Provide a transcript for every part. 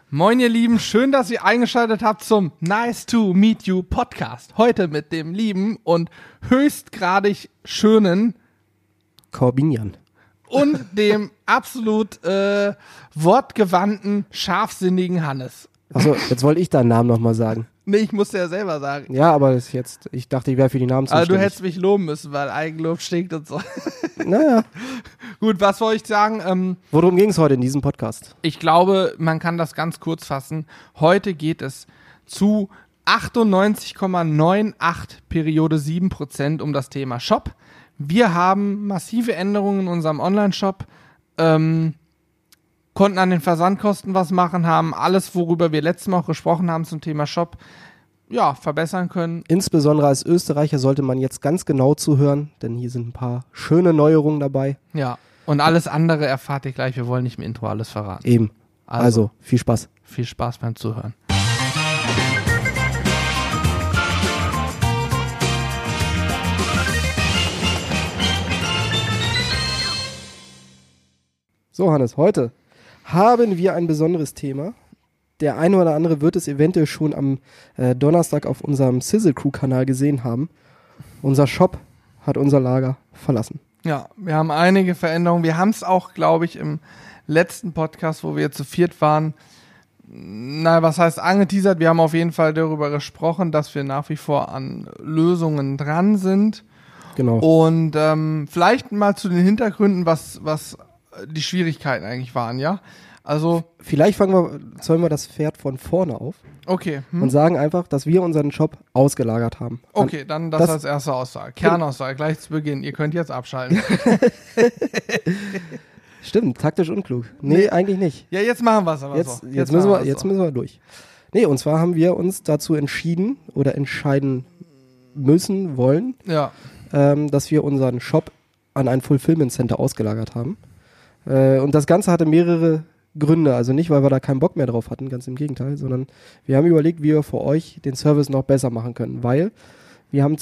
Moin ihr Lieben, schön, dass ihr eingeschaltet habt zum Nice to Meet You Podcast. Heute mit dem lieben und höchstgradig schönen Corbinian und dem absolut wortgewandten, scharfsinnigen Hannes. Achso, jetzt wollte ich deinen Namen nochmal sagen. Nee, ich musste ja selber sagen. Ja, aber das jetzt, ich dachte, ich wäre für die Namen zuständig. Aber du hättest mich loben müssen, weil Eigenlob stinkt und so. Naja. Gut, was wollte ich sagen? Worum ging es heute in diesem Podcast? Ich glaube, man kann das ganz kurz fassen. Heute geht es zu 98,98 Periode 7% um das Thema Shop. Wir haben massive Änderungen in unserem Online-Shop, konnten an den Versandkosten was machen, haben alles, worüber wir letztes Mal auch gesprochen haben zum Thema Shop, ja, verbessern können. Insbesondere als Österreicher sollte man jetzt ganz genau zuhören, denn hier sind ein paar schöne Neuerungen dabei. Ja, und alles andere erfahrt ihr gleich. Wir wollen nicht im Intro alles verraten. Eben. Also viel Spaß. Viel Spaß beim Zuhören. So, Hannes, heute haben wir ein besonderes Thema. Der eine oder andere wird es eventuell schon am Donnerstag auf unserem Sizzle Crew Kanal gesehen haben. Unser Shop hat unser Lager verlassen. Ja, wir haben einige Veränderungen. Wir haben es auch, glaube ich, im letzten Podcast, wo wir zu viert waren, was heißt angeteasert? Wir haben auf jeden Fall darüber gesprochen, dass wir nach wie vor an Lösungen dran sind. Genau. Und vielleicht mal zu den Hintergründen, was die Schwierigkeiten eigentlich waren, ja? Also vielleicht zäumen wir das Pferd von vorne auf. Okay. Und sagen einfach, dass wir unseren Shop ausgelagert haben. Okay, dann das als erste Aussage. Kernaussage, gleich zu Beginn. Ihr könnt jetzt abschalten. Stimmt, taktisch unklug. Nee, eigentlich nicht. Ja, jetzt machen wir es aber jetzt, so. Jetzt müssen wir durch. Nee, und zwar haben wir uns dazu entschieden oder entscheiden wollen, ja. Dass wir unseren Shop an ein Fulfillment Center ausgelagert haben. Und das Ganze hatte mehrere Gründe, also nicht, weil wir da keinen Bock mehr drauf hatten, ganz im Gegenteil, sondern wir haben überlegt, wie wir für euch den Service noch besser machen können, weil wir haben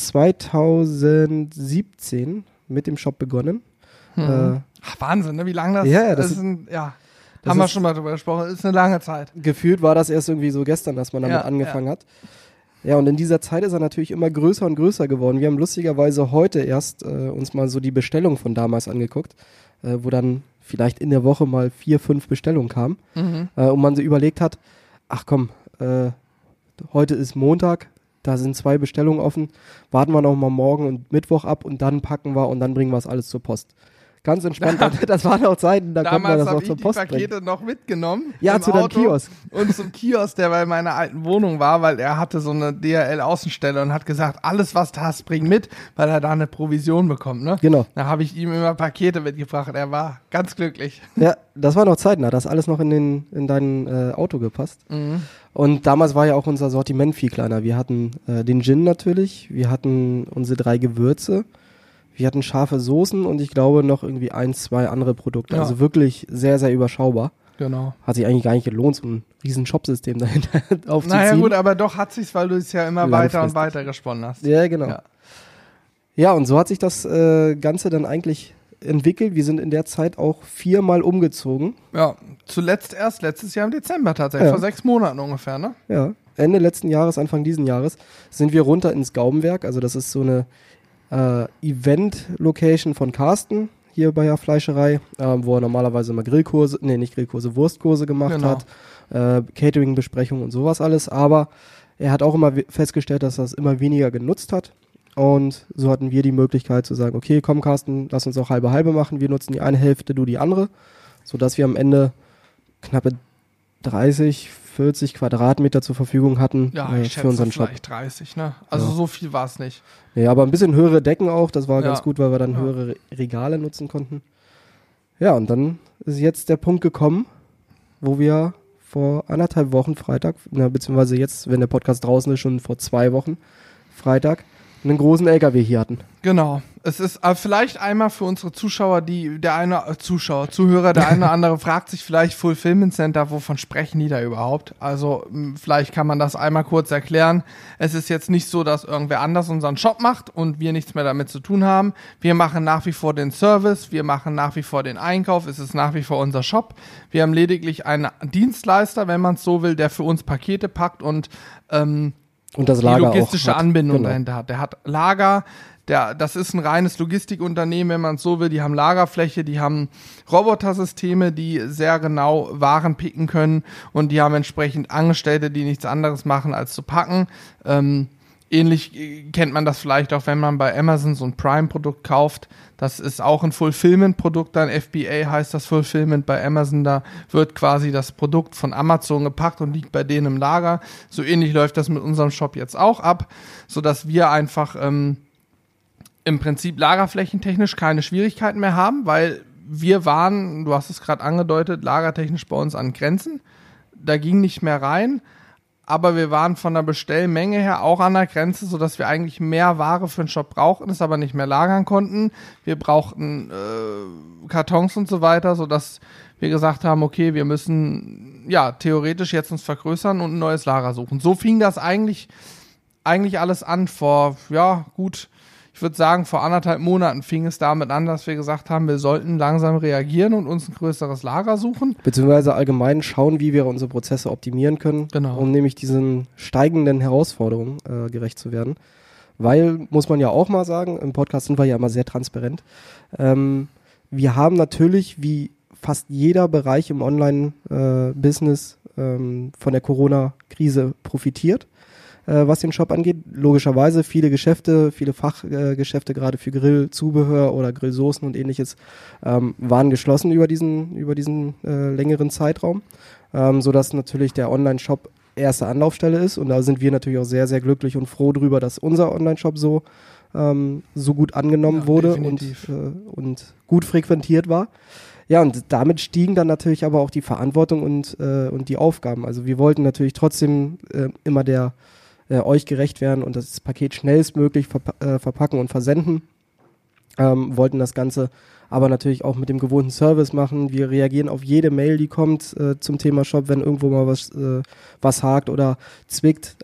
2017 mit dem Shop begonnen. Wahnsinn, ne? Wie lange das, ja, haben wir schon mal drüber gesprochen, ist eine lange Zeit. Gefühlt war das erst irgendwie so gestern, dass man damit angefangen hat. Ja, und in dieser Zeit ist er natürlich immer größer und größer geworden. Wir haben lustigerweise heute erst uns mal so die Bestellung von damals angeguckt, wo dann vielleicht in der Woche mal 4, 5 Bestellungen kamen. Und man so überlegt hat, ach komm, heute ist Montag, da sind 2 Bestellungen offen, warten wir noch mal morgen und Mittwoch ab und dann packen wir und dann bringen wir es alles zur Post. Ganz entspannt, das waren auch Zeiten, da konnte man das auch zur Post bringen. Damals habe ich die Pakete noch mitgenommen. Ja, zu deinem Kiosk. Und zum Kiosk, der bei meiner alten Wohnung war, weil er hatte so eine DHL-Außenstelle und hat gesagt, alles was du hast, bring mit, weil er da eine Provision bekommt, ne? Genau. Da habe ich ihm immer Pakete mitgebracht, er war ganz glücklich. Ja, das war noch Zeiten, da hat das alles noch in dein Auto gepasst. Und damals war ja auch unser Sortiment viel kleiner. Wir hatten den Gin natürlich, wir hatten unsere 3 Gewürze, wir hatten scharfe Soßen und ich glaube noch irgendwie 1, 2 andere Produkte. Ja. Also wirklich sehr, sehr überschaubar. Genau. Hat sich eigentlich gar nicht gelohnt, so ein riesen Shopsystem dahinter aufzuziehen. Naja gut, aber doch hat sich's, weil du es ja immer weiter und weiter gesponnen hast. Ja, genau. Ja, und so hat sich das Ganze dann eigentlich entwickelt. Wir sind in der Zeit auch 4-mal umgezogen. Ja, letztes Jahr im Dezember tatsächlich, vor 6 Monaten ungefähr, ne? Ja, Ende letzten Jahres, Anfang diesen Jahres sind wir runter ins Gaubenwerk. Also das ist so eine Event-Location von Carsten hier bei der Fleischerei, wo er normalerweise immer Wurstkurse gemacht hat, Catering-Besprechungen und sowas alles, aber er hat auch immer festgestellt, dass er es immer weniger genutzt hat und so hatten wir die Möglichkeit zu sagen, okay, komm Carsten, lass uns auch halbe machen, wir nutzen die eine Hälfte, du die andere, sodass wir am Ende knappe 30, 40 Quadratmeter zur Verfügung hatten für unseren Shop. Vielleicht 30, ne? Also so viel war es nicht. Ja, aber ein bisschen höhere Decken auch, das war ganz gut, weil wir dann höhere Regale nutzen konnten. Ja, und dann ist jetzt der Punkt gekommen, wo wir vor 1,5 Wochen Freitag, beziehungsweise jetzt, wenn der Podcast draußen ist, schon vor 2 Wochen Freitag, einen großen LKW hier hatten. Genau. Es ist vielleicht einmal für unsere Zuhörer, der eine oder andere fragt sich vielleicht Fulfillment Center, wovon sprechen die da überhaupt? Also vielleicht kann man das einmal kurz erklären. Es ist jetzt nicht so, dass irgendwer anders unseren Shop macht und wir nichts mehr damit zu tun haben. Wir machen nach wie vor den Service, wir machen nach wie vor den Einkauf, es ist nach wie vor unser Shop. Wir haben lediglich einen Dienstleister, wenn man es so will, der für uns Pakete packt und das Lager die logistische auch Anbindung dahinter hat. Der hat Lager, das ist ein reines Logistikunternehmen, wenn man es so will. Die haben Lagerfläche, die haben Robotersysteme, die sehr genau Waren picken können und die haben entsprechend Angestellte, die nichts anderes machen, als zu packen. Ähnlich kennt man das vielleicht auch, wenn man bei Amazon so ein Prime-Produkt kauft. Das ist auch ein Fulfillment-Produkt, dann FBA heißt das Fulfillment bei Amazon. Da wird quasi das Produkt von Amazon gepackt und liegt bei denen im Lager. So ähnlich läuft das mit unserem Shop jetzt auch ab, sodass wir einfach im Prinzip lagerflächentechnisch keine Schwierigkeiten mehr haben, weil wir waren, du hast es gerade angedeutet, lagertechnisch bei uns an Grenzen. Da ging nicht mehr rein. Aber wir waren von der Bestellmenge her auch an der Grenze, sodass wir eigentlich mehr Ware für den Shop brauchten, es aber nicht mehr lagern konnten. Wir brauchten Kartons und so weiter, sodass wir gesagt haben, okay, wir müssen ja theoretisch jetzt uns vergrößern und ein neues Lager suchen. So fing das eigentlich alles an vor, ich würde sagen, vor 1,5 Monaten fing es damit an, dass wir gesagt haben, wir sollten langsam reagieren und uns ein größeres Lager suchen. Beziehungsweise allgemein schauen, wie wir unsere Prozesse optimieren können, um nämlich diesen steigenden Herausforderungen gerecht zu werden. Weil, muss man ja auch mal sagen, im Podcast sind wir ja immer sehr transparent. Wir haben natürlich, wie fast jeder Bereich im Online-Business von der Corona-Krise profitiert. Was den Shop angeht. Logischerweise viele Geschäfte, viele Fachgeschäfte, gerade für Grillzubehör oder Grillsoßen und ähnliches, waren geschlossen über diesen längeren Zeitraum, sodass natürlich der Online-Shop erste Anlaufstelle ist. Und da sind wir natürlich auch sehr, sehr glücklich und froh drüber, dass unser Online-Shop so gut angenommen wurde und gut frequentiert war. Ja, und damit stiegen dann natürlich aber auch die Verantwortung und die Aufgaben. Also wir wollten natürlich trotzdem immer euch gerecht werden und das Paket schnellstmöglich verpacken und versenden. Wollten das Ganze aber natürlich auch mit dem gewohnten Service machen. Wir reagieren auf jede Mail, die kommt zum Thema Shop, wenn irgendwo mal was hakt oder zwickt,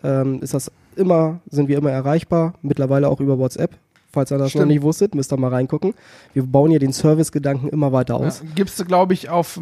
sind wir immer erreichbar, mittlerweile auch über WhatsApp. Falls ihr das noch nicht wusstet, müsst ihr mal reingucken. Wir bauen ja den Service-Gedanken immer weiter aus. Ja, gibst du, glaube ich, auf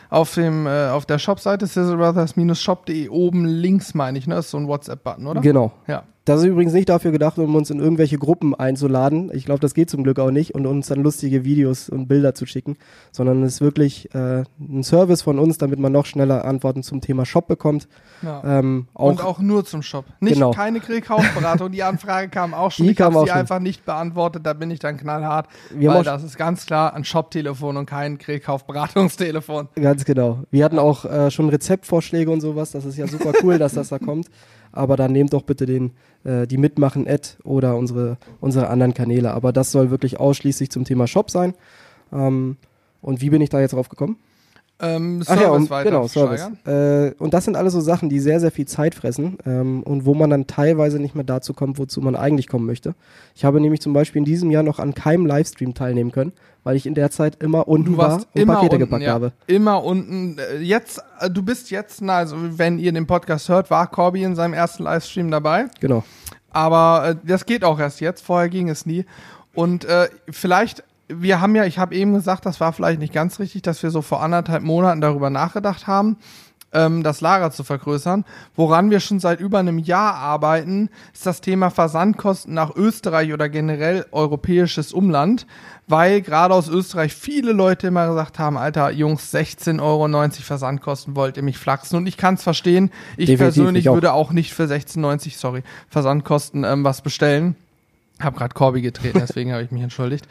der Shopseite sizzlebrothers-shop.de oben links, meine ich, ne? Das ist so ein WhatsApp-Button, oder? Genau. Ja. Das ist übrigens nicht dafür gedacht, um uns in irgendwelche Gruppen einzuladen. Ich glaube, das geht zum Glück auch nicht und uns dann lustige Videos und Bilder zu schicken, sondern es ist wirklich ein Service von uns, damit man noch schneller Antworten zum Thema Shop bekommt. Ja. Und auch nur zum Shop. Keine Grillkaufberatung. Die Anfrage kam auch schon. Ich habe sie einfach nicht beantwortet. Da bin ich dann knallhart, weil das ist ganz klar ein Shop-Telefon und kein Grillkaufberatungstelefon. Ganz genau. Wir hatten auch schon Rezeptvorschläge und sowas. Das ist ja super cool, dass das da kommt. Aber dann nehmt doch bitte die Mitmachen-Ad oder unsere anderen Kanäle. Aber das soll wirklich ausschließlich zum Thema Shop sein. Und wie bin ich da jetzt drauf gekommen? Service weiter Service. Und das sind alles so Sachen, die sehr, sehr viel Zeit fressen und wo man dann teilweise nicht mehr dazu kommt, wozu man eigentlich kommen möchte. Ich habe nämlich zum Beispiel in diesem Jahr noch an keinem Livestream teilnehmen können, weil ich in der Zeit immer unten war und Pakete gepackt habe. Immer unten. Du bist jetzt, also wenn ihr den Podcast hört, war Corby in seinem ersten Livestream dabei. Genau. Aber das geht auch erst jetzt, vorher ging es nie. Und vielleicht... ich habe eben gesagt, das war vielleicht nicht ganz richtig, dass wir so vor 1,5 Monaten darüber nachgedacht haben, das Lager zu vergrößern. Woran wir schon seit über einem Jahr arbeiten, ist das Thema Versandkosten nach Österreich oder generell europäisches Umland, weil gerade aus Österreich viele Leute immer gesagt haben, Alter, Jungs, 16,90 Euro Versandkosten, wollt ihr mich flachsen? Und ich kann es verstehen. Ich persönlich würde auch nicht für 16,90 Versandkosten was bestellen. Hab gerade Corby getreten, deswegen habe ich mich entschuldigt.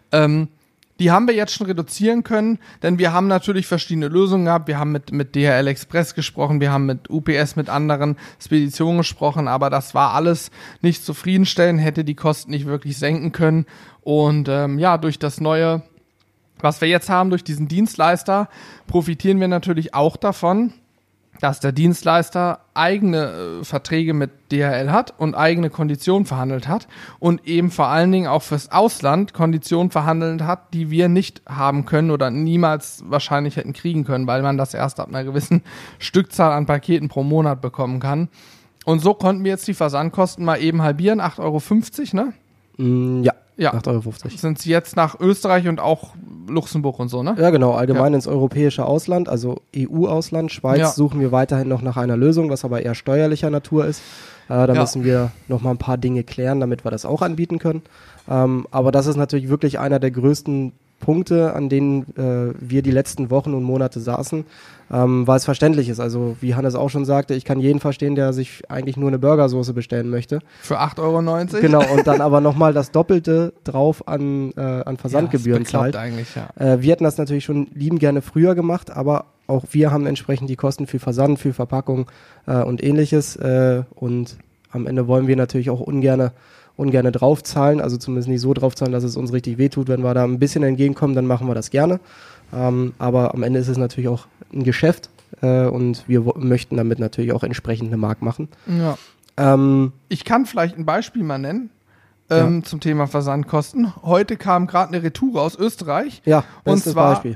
Die haben wir jetzt schon reduzieren können, denn wir haben natürlich verschiedene Lösungen gehabt. Wir haben mit DHL Express gesprochen, wir haben mit UPS, mit anderen Speditionen gesprochen, aber das war alles nicht zufriedenstellend, hätte die Kosten nicht wirklich senken können. Und durch das Neue, was wir jetzt haben, durch diesen Dienstleister, profitieren wir natürlich auch davon, dass der Dienstleister eigene Verträge mit DHL hat und eigene Konditionen verhandelt hat und eben vor allen Dingen auch fürs Ausland Konditionen verhandelt hat, die wir nicht haben können oder niemals wahrscheinlich hätten kriegen können, weil man das erst ab einer gewissen Stückzahl an Paketen pro Monat bekommen kann. Und so konnten wir jetzt die Versandkosten mal eben halbieren, 8,50 €, ne? Ja, 8,50 €. Sind sie jetzt nach Österreich und auch Luxemburg und so, ne? Ja, genau, allgemein ins europäische Ausland, also EU-Ausland. Schweiz suchen wir weiterhin noch nach einer Lösung, was aber eher steuerlicher Natur ist. Da müssen wir noch mal ein paar Dinge klären, damit wir das auch anbieten können. Aber das ist natürlich wirklich einer der größten Punkte, an denen wir die letzten Wochen und Monate saßen, weil es verständlich ist. Also wie Hannes auch schon sagte, ich kann jeden verstehen, der sich eigentlich nur eine Burgersoße bestellen möchte. Für 8,90 €? Genau, und dann aber nochmal das Doppelte drauf an Versandgebühren zahlt. Eigentlich, ja. Wir hätten das natürlich schon lieben gerne früher gemacht, aber auch wir haben entsprechend die Kosten für Versand, für Verpackung und ähnliches. Und am Ende wollen wir natürlich auch ungerne draufzahlen, also zumindest nicht so draufzahlen, dass es uns richtig wehtut. Wenn wir da ein bisschen entgegenkommen, dann machen wir das gerne. Aber am Ende ist es natürlich auch ein Geschäft und wir möchten damit natürlich auch entsprechend eine Mark machen. Ja. Ich kann vielleicht ein Beispiel mal nennen zum Thema Versandkosten. Heute kam gerade eine Retour aus Österreich. Ja, und zwar Beispiel.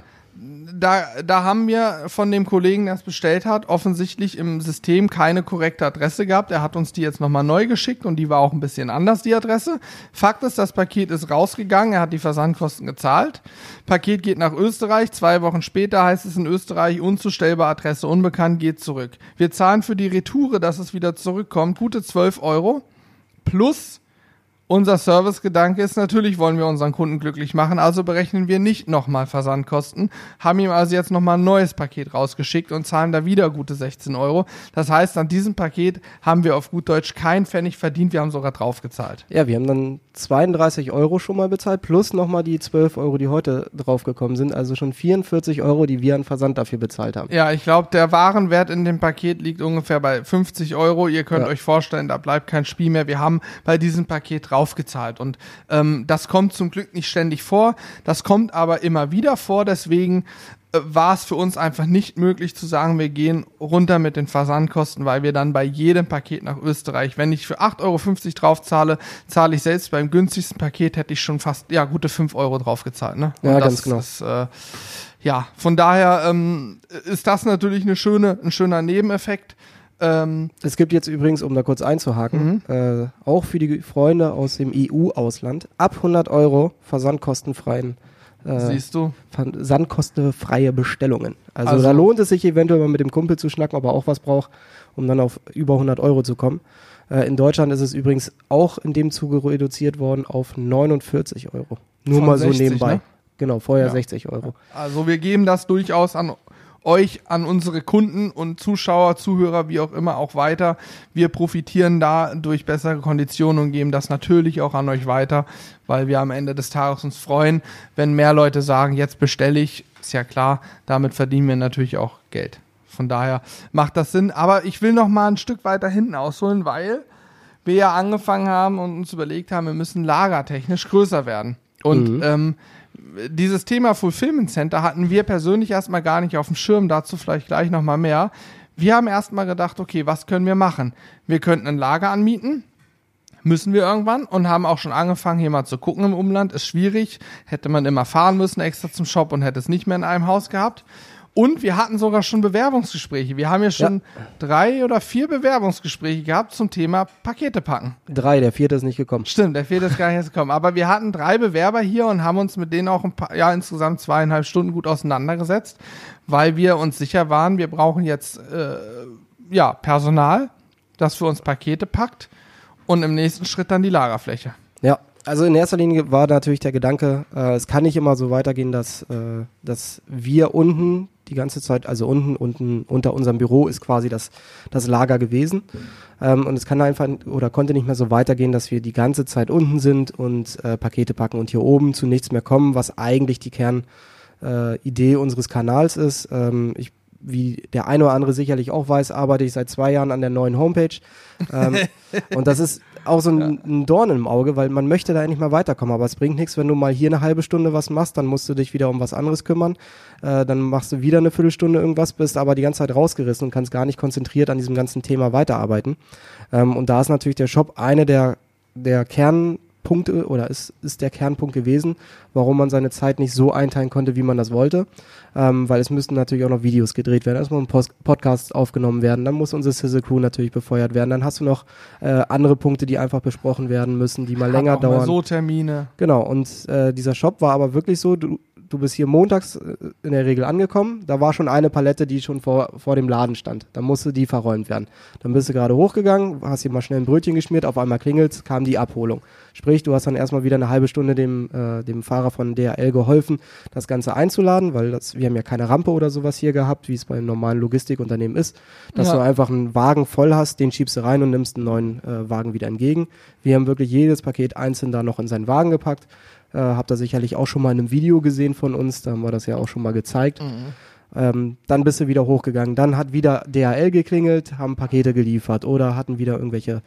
Da haben wir von dem Kollegen, der es bestellt hat, offensichtlich im System keine korrekte Adresse gehabt. Er hat uns die jetzt nochmal neu geschickt und die war auch ein bisschen anders, die Adresse. Fakt ist, das Paket ist rausgegangen, er hat die Versandkosten gezahlt. Paket geht nach Österreich, 2 Wochen später heißt es in Österreich, unzustellbare Adresse unbekannt, geht zurück. Wir zahlen für die Retoure, dass es wieder zurückkommt, gute 12 € plus unser Servicegedanke ist, natürlich wollen wir unseren Kunden glücklich machen, also berechnen wir nicht nochmal Versandkosten, haben ihm also jetzt nochmal ein neues Paket rausgeschickt und zahlen da wieder gute 16 €. Das heißt, an diesem Paket haben wir auf gut Deutsch keinen Pfennig verdient, wir haben sogar draufgezahlt. Ja, wir haben dann 32 € schon mal bezahlt, plus nochmal die 12 €, die heute draufgekommen sind, also schon 44 €, die wir an Versand dafür bezahlt haben. Ja, ich glaube, der Warenwert in dem Paket liegt ungefähr bei 50 €. Ihr könnt euch vorstellen, da bleibt kein Spiel mehr. Wir haben bei diesem Paket draufgezahlt und das kommt zum Glück nicht ständig vor, das kommt aber immer wieder vor, deswegen war es für uns einfach nicht möglich zu sagen, wir gehen runter mit den Versandkosten, weil wir dann bei jedem Paket nach Österreich, wenn ich für 8,50 € drauf zahle, zahle ich selbst beim günstigsten Paket, hätte ich schon fast gute 5 € drauf gezahlt. Ne? Ja, ganz genau. Ist, von daher ist das natürlich ein schöner Nebeneffekt. Es gibt jetzt übrigens, um da kurz einzuhaken, auch für die Freunde aus dem EU-Ausland ab 100 € versandkostenfreien siehst du? Versandkostenfreie Bestellungen. Also da lohnt es sich eventuell mal mit dem Kumpel zu schnacken, ob er auch was braucht, um dann auf über 100 € zu kommen. In Deutschland ist es übrigens auch in dem Zuge reduziert worden auf 49 €. Nur Von mal so 60, nebenbei. Ne? Genau, vorher 60 €. Also wir geben das durchaus an euch, an unsere Kunden und Zuschauer, Zuhörer, wie auch immer, auch weiter. Wir profitieren da durch bessere Konditionen und geben das natürlich auch an euch weiter, weil wir am Ende des Tages uns freuen, wenn mehr Leute sagen, jetzt bestelle ich, ist ja klar, damit verdienen wir natürlich auch Geld. Von daher macht das Sinn. Aber ich will noch mal ein Stück weiter hinten ausholen, weil wir ja angefangen haben und uns überlegt haben, wir müssen lagertechnisch größer werden. Und dieses Thema Fulfillment Center hatten wir persönlich erstmal gar nicht auf dem Schirm, dazu vielleicht gleich nochmal mehr. Wir haben erstmal gedacht, okay, was können wir machen? Wir könnten ein Lager anmieten, müssen wir irgendwann und haben auch schon angefangen, hier mal zu gucken im Umland. Ist schwierig, hätte man immer fahren müssen extra zum Shop und hätte es nicht mehr in einem Haus gehabt. Und wir hatten sogar schon Bewerbungsgespräche. Wir haben ja schon 3 oder 4 Bewerbungsgespräche gehabt zum Thema Pakete packen. 3, der 4. ist nicht gekommen. Stimmt, der 4. ist gar nicht erst gekommen. Aber wir hatten 3 Bewerber hier und haben uns mit denen auch insgesamt 2,5 Stunden gut auseinandergesetzt, weil wir uns sicher waren, wir brauchen jetzt Personal, das für uns Pakete packt und im nächsten Schritt dann die Lagerfläche. Ja, also in erster Linie war natürlich der Gedanke, es kann nicht immer so weitergehen, dass wir unten die ganze Zeit, also unten unter unserem Büro ist quasi das Lager gewesen. Und es kann einfach oder konnte nicht mehr so weitergehen, dass wir die ganze Zeit unten sind und Pakete packen und hier oben zu nichts mehr kommen, was eigentlich die Kernidee unseres Kanals ist. Wie der eine oder andere sicherlich auch weiß, arbeite ich seit 2 Jahren an der neuen Homepage. Und das ist auch so ein Dorn im Auge, weil man möchte da endlich mal weiterkommen, aber es bringt nichts, wenn du mal hier eine halbe Stunde was machst, dann musst du dich wieder um was anderes kümmern, dann machst du wieder eine Viertelstunde irgendwas, bist aber die ganze Zeit rausgerissen und kannst gar nicht konzentriert an diesem ganzen Thema weiterarbeiten. Und da ist natürlich der Shop eine der Kernpunkte oder ist der Kernpunkt gewesen, warum man seine Zeit nicht so einteilen konnte, wie man das wollte, weil es müssten natürlich auch noch Videos gedreht werden, erstmal ein Podcast aufgenommen werden, dann muss unsere Sizzle Crew natürlich befeuert werden, dann hast du noch andere Punkte, die einfach besprochen werden müssen, die mal länger dauern. Mal so Termine. Genau, und dieser Shop war aber wirklich so, du bist hier montags in der Regel angekommen, da war schon eine Palette, die schon vor dem Laden stand. Dann musste die verräumt werden. Dann bist du gerade hochgegangen, hast hier mal schnell ein Brötchen geschmiert, auf einmal klingelt's, kam die Abholung. Sprich, du hast dann erstmal wieder eine halbe Stunde dem Fahrer von DHL geholfen, das Ganze einzuladen, weil wir haben ja keine Rampe oder sowas hier gehabt, wie es bei einem normalen Logistikunternehmen ist, dass du einfach einen Wagen voll hast, den schiebst du rein und nimmst einen neuen Wagen wieder entgegen. Wir haben wirklich jedes Paket einzeln da noch in seinen Wagen gepackt. Habt ihr sicherlich auch schon mal in einem Video gesehen von uns, da haben wir das ja auch schon mal gezeigt. Dann bist du wieder hochgegangen, dann hat wieder DHL geklingelt, haben Pakete geliefert oder hatten wieder irgendwelche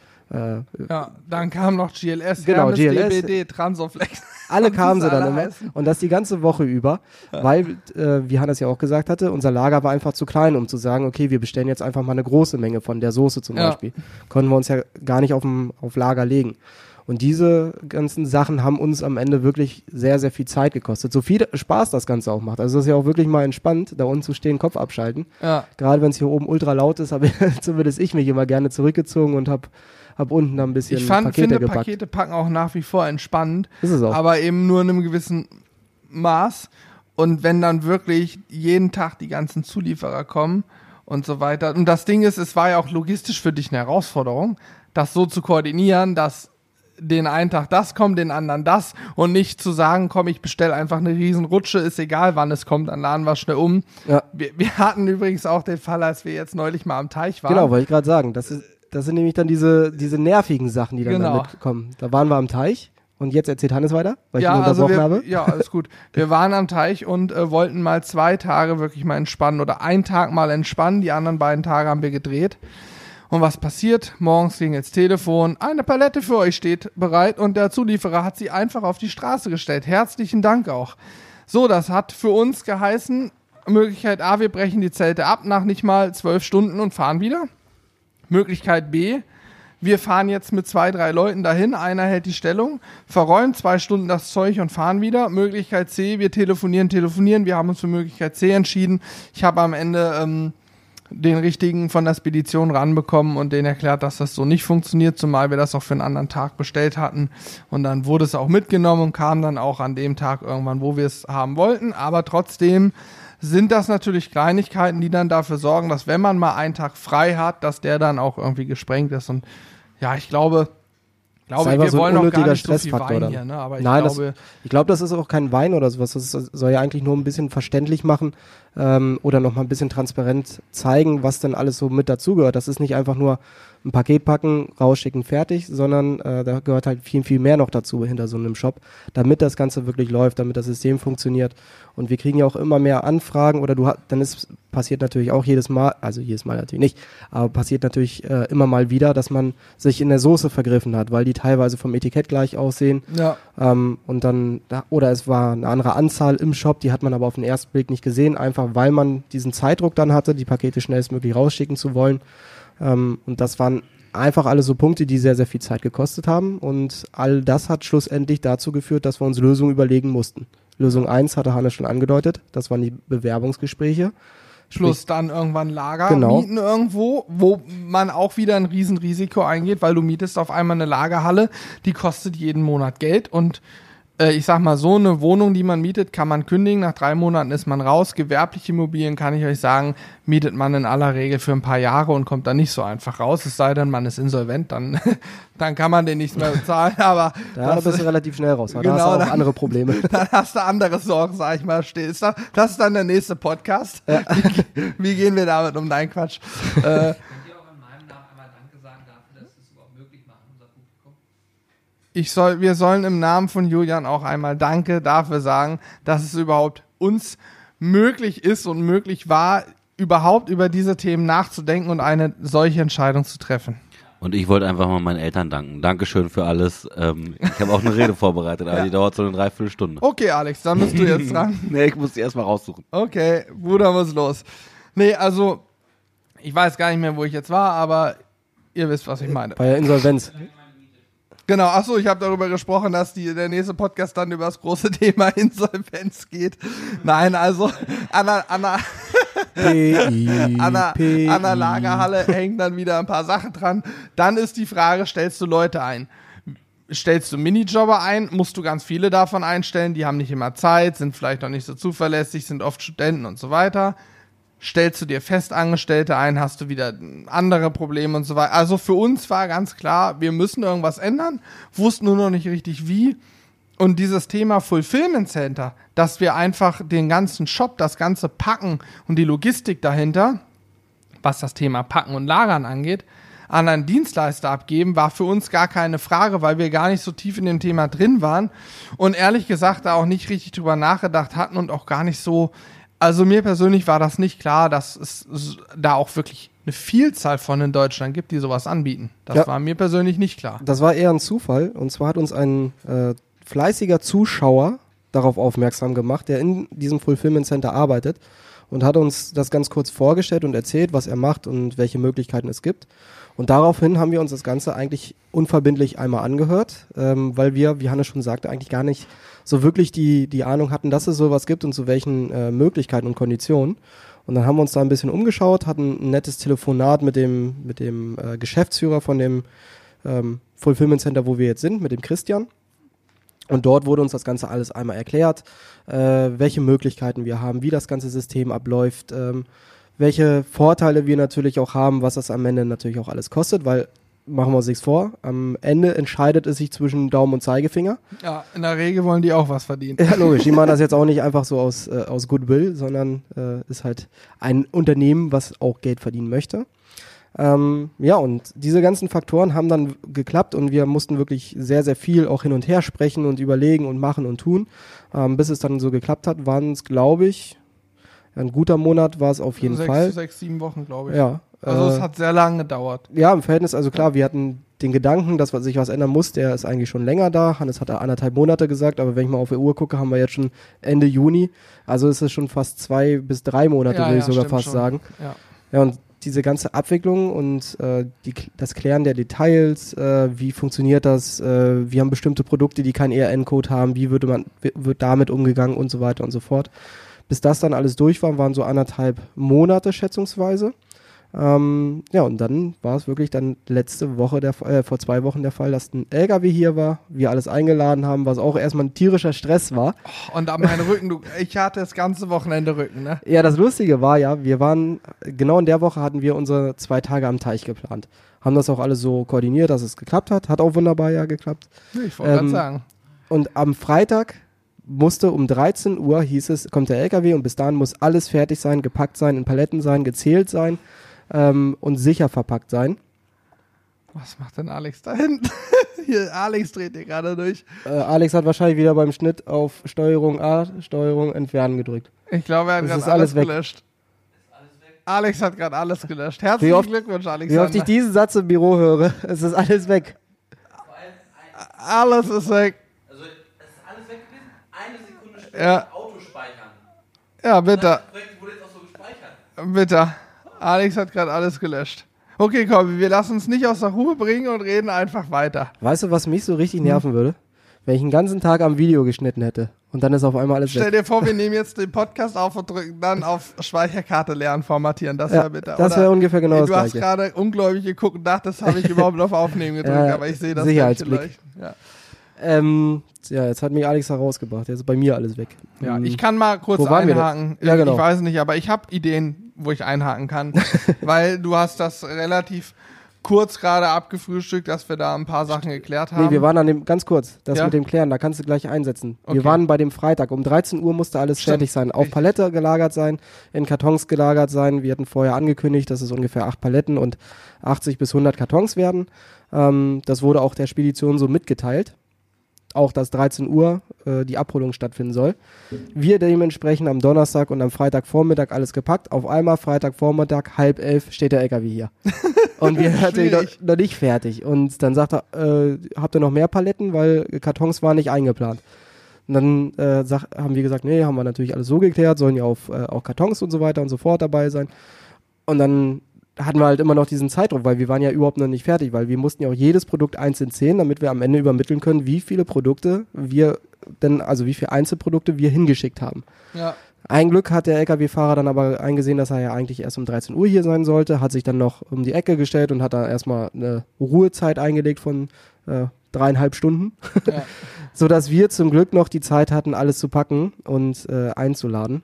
dann kam noch GLS, genau, Hermes, GLS, DPD, Transoflex. alle kamen sie dann immer und das die ganze Woche über, weil, wie Hannes ja auch gesagt hatte, unser Lager war einfach zu klein, um zu sagen, okay, wir bestellen jetzt einfach mal eine große Menge von der Soße zum Beispiel. Konnten wir uns ja gar nicht auf Lager legen. Und diese ganzen Sachen haben uns am Ende wirklich sehr, sehr viel Zeit gekostet. So viel Spaß das Ganze auch macht. Also das ist ja auch wirklich mal entspannt, da unten zu stehen, Kopf abschalten. Ja. Gerade wenn es hier oben ultra laut ist, habe zumindest ich mich immer gerne zurückgezogen und hab unten dann ein bisschen Pakete gepackt. Pakete packen auch nach wie vor entspannend. Ist es auch. Aber eben nur in einem gewissen Maß. Und wenn dann wirklich jeden Tag die ganzen Zulieferer kommen und so weiter. Und das Ding ist, es war ja auch logistisch für dich eine Herausforderung, das so zu koordinieren, dass den einen Tag das kommt, den anderen das und nicht zu sagen, komm, ich bestelle einfach eine Riesenrutsche, ist egal, wann es kommt, dann laden wir schnell um. Ja. Wir hatten übrigens auch den Fall, als wir jetzt neulich mal am Teich waren. Genau, wollte ich gerade sagen, das sind nämlich dann diese nervigen Sachen, die dann damit kommen. Da waren wir am Teich und jetzt erzählt Hannes weiter, weil ich ihn unterbrochen habe. Ja, alles gut. Wir waren am Teich und wollten mal 2 Tage wirklich mal entspannen oder einen Tag mal entspannen, die anderen beiden Tage haben wir gedreht. Und was passiert? Morgens ging das Telefon, eine Palette für euch steht bereit und der Zulieferer hat sie einfach auf die Straße gestellt. Herzlichen Dank auch. So, das hat für uns geheißen, Möglichkeit A, wir brechen die Zelte ab nach nicht mal 12 Stunden und fahren wieder. Möglichkeit B, wir fahren jetzt mit 2, 3 Leuten dahin, einer hält die Stellung, verräumt 2 Stunden das Zeug und fahren wieder. Möglichkeit C, wir telefonieren, wir haben uns für Möglichkeit C entschieden. Ich habe am Ende den richtigen von der Spedition ranbekommen und denen erklärt, dass das so nicht funktioniert, zumal wir das auch für einen anderen Tag bestellt hatten. Und dann wurde es auch mitgenommen und kam dann auch an dem Tag irgendwann, wo wir es haben wollten. Aber trotzdem sind das natürlich Kleinigkeiten, die dann dafür sorgen, dass wenn man mal einen Tag frei hat, dass der dann auch irgendwie gesprengt ist. Und ja, ich glaube, wir so wollen auch gar nicht so viel Wein dann. Hier, ne? Aber ich glaube, das ist auch kein Wein oder sowas. Das soll ja eigentlich nur ein bisschen verständlich machen oder noch mal ein bisschen transparent zeigen, was denn alles so mit dazugehört. Das ist nicht einfach nur ein Paket packen, rausschicken, fertig, sondern da gehört halt viel, viel mehr noch dazu hinter so einem Shop, damit das Ganze wirklich läuft, damit das System funktioniert. Und wir kriegen ja auch immer mehr Anfragen oder passiert natürlich auch jedes Mal natürlich nicht, aber passiert natürlich immer mal wieder, dass man sich in der Soße vergriffen hat, weil die teilweise vom Etikett gleich aussehen. Ja. Und dann, oder es war eine andere Anzahl im Shop, die hat man aber auf den ersten Blick nicht gesehen, einfach weil man diesen Zeitdruck dann hatte, die Pakete schnellstmöglich rausschicken zu wollen. Und das waren einfach alle so Punkte, die sehr, sehr viel Zeit gekostet haben. Und all das hat schlussendlich dazu geführt, dass wir uns Lösungen überlegen mussten. Lösung 1 hatte Hannes schon angedeutet, das waren die Bewerbungsgespräche. Plus dann irgendwann Lager mieten irgendwo, wo man auch wieder ein Riesenrisiko eingeht, weil du mietest auf einmal eine Lagerhalle, die kostet jeden Monat Geld und ich sag mal so, eine Wohnung, die man mietet, kann man kündigen, nach 3 Monaten ist man raus. Gewerbliche Immobilien, kann ich euch sagen, mietet man in aller Regel für ein paar Jahre und kommt dann nicht so einfach raus, es sei denn, man ist insolvent, dann kann man den nicht mehr bezahlen, aber da bist du relativ schnell raus, da hast du auch andere Probleme. Dann hast du andere Sorgen, sag ich mal. Das ist dann der nächste Podcast. Ja. Wie gehen wir damit um? Nein, Quatsch. Wir sollen im Namen von Julian auch einmal Danke dafür sagen, dass es überhaupt uns möglich ist und möglich war, überhaupt über diese Themen nachzudenken und eine solche Entscheidung zu treffen. Und ich wollte einfach mal meinen Eltern danken. Dankeschön für alles. Ich habe auch eine Rede vorbereitet, aber die dauert so eine Dreiviertelstunde. Okay, Alex, dann bist du jetzt dran. Nee, ich muss die erstmal raussuchen. Okay, Bruder muss los. Nee, also, ich weiß gar nicht mehr, wo ich jetzt war, aber ihr wisst, was ich meine. Bei der Insolvenz. Genau, achso, ich habe darüber gesprochen, dass der nächste Podcast dann über das große Thema Insolvenz geht. Nein, also an der Lagerhalle hängen dann wieder ein paar Sachen dran. Dann ist die Frage, stellst du Leute ein? Stellst du Minijobber ein, musst du ganz viele davon einstellen, die haben nicht immer Zeit, sind vielleicht noch nicht so zuverlässig, sind oft Studenten und so weiter. Stellst du dir Festangestellte ein, hast du wieder andere Probleme und so weiter. Also für uns war ganz klar, wir müssen irgendwas ändern, wussten nur noch nicht richtig wie. Und dieses Thema Fulfillment Center, dass wir einfach den ganzen Shop, das ganze Packen und die Logistik dahinter, was das Thema Packen und Lagern angeht, an einen Dienstleister abgeben, war für uns gar keine Frage, weil wir gar nicht so tief in dem Thema drin waren und ehrlich gesagt da auch nicht richtig drüber nachgedacht hatten und auch gar nicht so. Also mir persönlich war das nicht klar, dass es da auch wirklich eine Vielzahl von in Deutschland gibt, die sowas anbieten. Das war mir persönlich nicht klar. Das war eher ein Zufall. Und zwar hat uns ein fleißiger Zuschauer darauf aufmerksam gemacht, der in diesem Fulfillment Center arbeitet und hat uns das ganz kurz vorgestellt und erzählt, was er macht und welche Möglichkeiten es gibt. Und daraufhin haben wir uns das Ganze eigentlich unverbindlich einmal angehört, weil wir, wie Hannes schon sagte, eigentlich gar nicht so wirklich die Ahnung hatten, dass es sowas gibt und zu welchen Möglichkeiten und Konditionen. Und dann haben wir uns da ein bisschen umgeschaut, hatten ein nettes Telefonat mit dem Geschäftsführer von dem Fulfillment Center, wo wir jetzt sind, mit dem Christian. Und dort wurde uns das Ganze alles einmal erklärt, welche Möglichkeiten wir haben, wie das ganze System abläuft, welche Vorteile wir natürlich auch haben, was das am Ende natürlich auch alles kostet, weil, machen wir uns nichts vor, am Ende entscheidet es sich zwischen Daumen und Zeigefinger. Ja, in der Regel wollen die auch was verdienen. Ja, logisch, die machen das jetzt auch nicht einfach so aus Goodwill, sondern ist halt ein Unternehmen, was auch Geld verdienen möchte. Ja, und diese ganzen Faktoren haben dann geklappt und wir mussten wirklich sehr, sehr viel auch hin und her sprechen und überlegen und machen und tun. Bis es dann so geklappt hat, waren es, glaube ich, ein guter Monat war es auf jeden Fall. 6, 7 Wochen, glaube ich. Ja. Also es hat sehr lange gedauert. Ja, im Verhältnis, also klar, wir hatten den Gedanken, dass sich was ändern muss, der ist eigentlich schon länger da. Hannes hat 1,5 Monate gesagt, aber wenn ich mal auf die Uhr gucke, haben wir jetzt schon Ende Juni. Also ist es schon fast 2 bis 3 Monate, würde ich sogar fast schon sagen. Ja, und diese ganze Abwicklung und das Klären der Details, wie funktioniert das, wir haben bestimmte Produkte, die keinen ERN-Code haben, wie wird damit umgegangen und so weiter und so fort. Bis das dann alles durch war, waren so 1,5 Monate schätzungsweise. Ja, und dann war es wirklich dann letzte Woche, vor 2 Wochen der Fall, dass ein LKW hier war, wir alles eingeladen haben, was auch erstmal ein tierischer Stress war. Oh, und an meinen Rücken, ich hatte das ganze Wochenende Rücken, ne? Ja, das Lustige war ja, genau in der Woche hatten wir unsere 2 Tage am Teich geplant. Haben das auch alles so koordiniert, dass es geklappt hat. Hat auch wunderbar ja geklappt. Ich wollte gerade sagen. Und am Freitag musste um 13 Uhr, hieß es, kommt der LKW und bis dahin muss alles fertig sein, gepackt sein, in Paletten sein, gezählt sein und sicher verpackt sein. Was macht denn Alex da hinten? Hier, Alex dreht hier gerade durch. Alex hat wahrscheinlich wieder beim Schnitt auf Steuerung A, Steuerung Entfernen gedrückt. Ich glaube, er hat gerade alles gelöscht. Alex hat gerade alles gelöscht. Herzlichen Glückwunsch, Alexander. Wie oft ich diesen Satz im Büro höre, es ist alles weg. Alles ist weg. Also, es ist alles weg gewesen. Eine Sekunde später Auto speichern. Ja, bitte. Das Projekt wurde jetzt auch so gespeichert. Bitte. Alex hat gerade alles gelöscht. Okay, komm, wir lassen uns nicht aus der Ruhe bringen und reden einfach weiter. Weißt du, was mich so richtig nerven würde? Wenn ich einen ganzen Tag am Video geschnitten hätte und dann ist auf einmal alles weg. Stell dir vor, wir nehmen jetzt den Podcast auf und drücken dann auf Speicherkarte leeren formatieren. Das wäre bitte. Das wäre ungefähr genau das Gleiche. Du hast gerade ungläubig geguckt und dachtest, habe ich überhaupt auf Aufnehmen gedrückt, aber ich sehe das Sicherheitsblick. Ja. Jetzt hat mich Alex herausgebracht. Jetzt ist bei mir alles weg. Ja, ich kann mal kurz einhaken. Ja, genau. Ich weiß nicht, aber ich habe Ideen, wo ich einhaken kann. Weil du hast das relativ kurz gerade abgefrühstückt, dass wir da ein paar Sachen geklärt haben. Nee, wir waren an dem, ganz kurz, mit dem Klären, da kannst du gleich einsetzen. Okay. Wir waren bei dem Freitag, um 13 Uhr musste alles fertig sein, auf Palette gelagert sein, in Kartons gelagert sein. Wir hatten vorher angekündigt, dass es ungefähr 8 Paletten und 80 bis 100 Kartons werden. Das wurde auch der Spedition so mitgeteilt. auch, dass 13 Uhr die Abholung stattfinden soll. Wir dementsprechend am Donnerstag und am Freitagvormittag alles gepackt. Auf einmal Freitagvormittag, 10:30 steht der LKW hier. Und wir natürlich noch nicht fertig. Und dann sagt er, habt ihr noch mehr Paletten, weil Kartons waren nicht eingeplant. Und dann haben wir gesagt, nee, haben wir natürlich alles so geklärt, sollen ja auch Kartons und so weiter und so fort dabei sein. Und dann hatten wir halt immer noch diesen Zeitdruck, weil wir waren ja überhaupt noch nicht fertig, weil wir mussten ja auch jedes Produkt einzeln zählen, damit wir am Ende übermitteln können, wie viele Produkte wie viele Einzelprodukte wir hingeschickt haben. Ja. Ein Glück hat der LKW-Fahrer dann aber eingesehen, dass er ja eigentlich erst um 13 Uhr hier sein sollte, hat sich dann noch um die Ecke gestellt und hat da erstmal eine Ruhezeit eingelegt von 3,5 Stunden, ja. Sodass wir zum Glück noch die Zeit hatten, alles zu packen und einzuladen.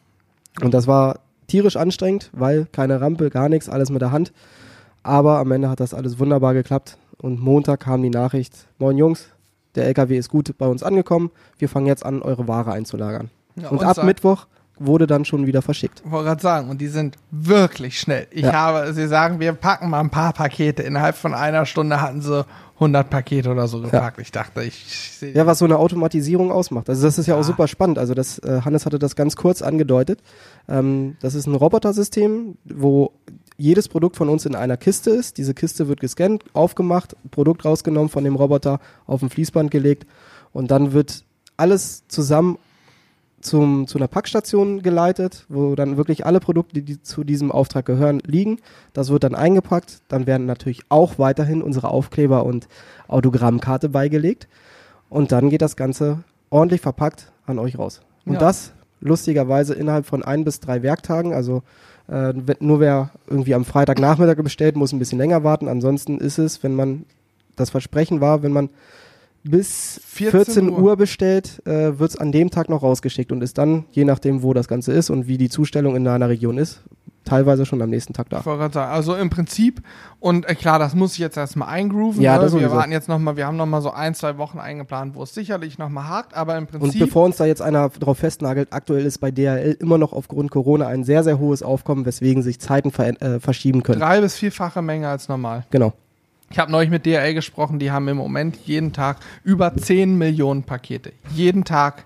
Und das war tierisch anstrengend, weil keine Rampe, gar nichts, alles mit der Hand. Aber am Ende hat das alles wunderbar geklappt. Und Montag kam die Nachricht, moin Jungs, der LKW ist gut bei uns angekommen, wir fangen jetzt an, eure Ware einzulagern. Ja, und ab Mittwoch wurde dann schon wieder verschickt. Ich wollte gerade sagen, und die sind wirklich schnell. Sie sagen, wir packen mal ein paar Pakete. Innerhalb von einer Stunde hatten sie 100 Pakete oder so gepackt. Ja. Ich dachte, ich sehe. Ja, was so eine Automatisierung ausmacht. Also das ist ja auch super spannend. Also Hannes hatte das ganz kurz angedeutet. Das ist ein Robotersystem, wo jedes Produkt von uns in einer Kiste ist. Diese Kiste wird gescannt, aufgemacht, Produkt rausgenommen von dem Roboter, auf ein Fließband gelegt und dann wird alles zusammen zu einer Packstation geleitet, wo dann wirklich alle Produkte, die zu diesem Auftrag gehören, liegen. Das wird dann eingepackt. Dann werden natürlich auch weiterhin unsere Aufkleber und Autogrammkarte beigelegt. Und dann geht das Ganze ordentlich verpackt an euch raus. Und das lustigerweise innerhalb von 1 bis 3 Werktagen. Also nur wer irgendwie am Freitagnachmittag bestellt, muss ein bisschen länger warten. Ansonsten ist es, wenn man das Versprechen war, wenn man bis 14 Uhr bestellt, wird es an dem Tag noch rausgeschickt und ist dann, je nachdem, wo das Ganze ist und wie die Zustellung in einer Region ist, teilweise schon am nächsten Tag da. Ich wollte gerade sagen, also im Prinzip, und klar, das muss ich jetzt erstmal eingrooven. Ja, ne? Wir warten jetzt nochmal, wir haben nochmal so 1-2 Wochen eingeplant, wo es sicherlich nochmal hakt, aber im Prinzip. Und bevor uns da jetzt einer drauf festnagelt, aktuell ist bei DHL immer noch aufgrund Corona ein sehr, sehr hohes Aufkommen, weswegen sich Zeiten verschieben können. 3- bis 4-fache Menge als normal. Genau. Ich habe neulich mit DHL gesprochen, die haben im Moment jeden Tag über 10 Millionen Pakete. Jeden Tag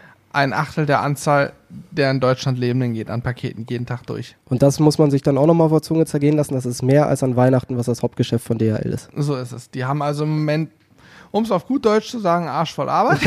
1/8 der Anzahl der in Deutschland Lebenden geht an Paketen jeden Tag durch. Und das muss man sich dann auch nochmal vor Zunge zergehen lassen, das ist mehr als an Weihnachten, was das Hauptgeschäft von DHL ist. So ist es. Die haben also im Moment, um es auf gut Deutsch zu sagen, Arsch voll Arbeit.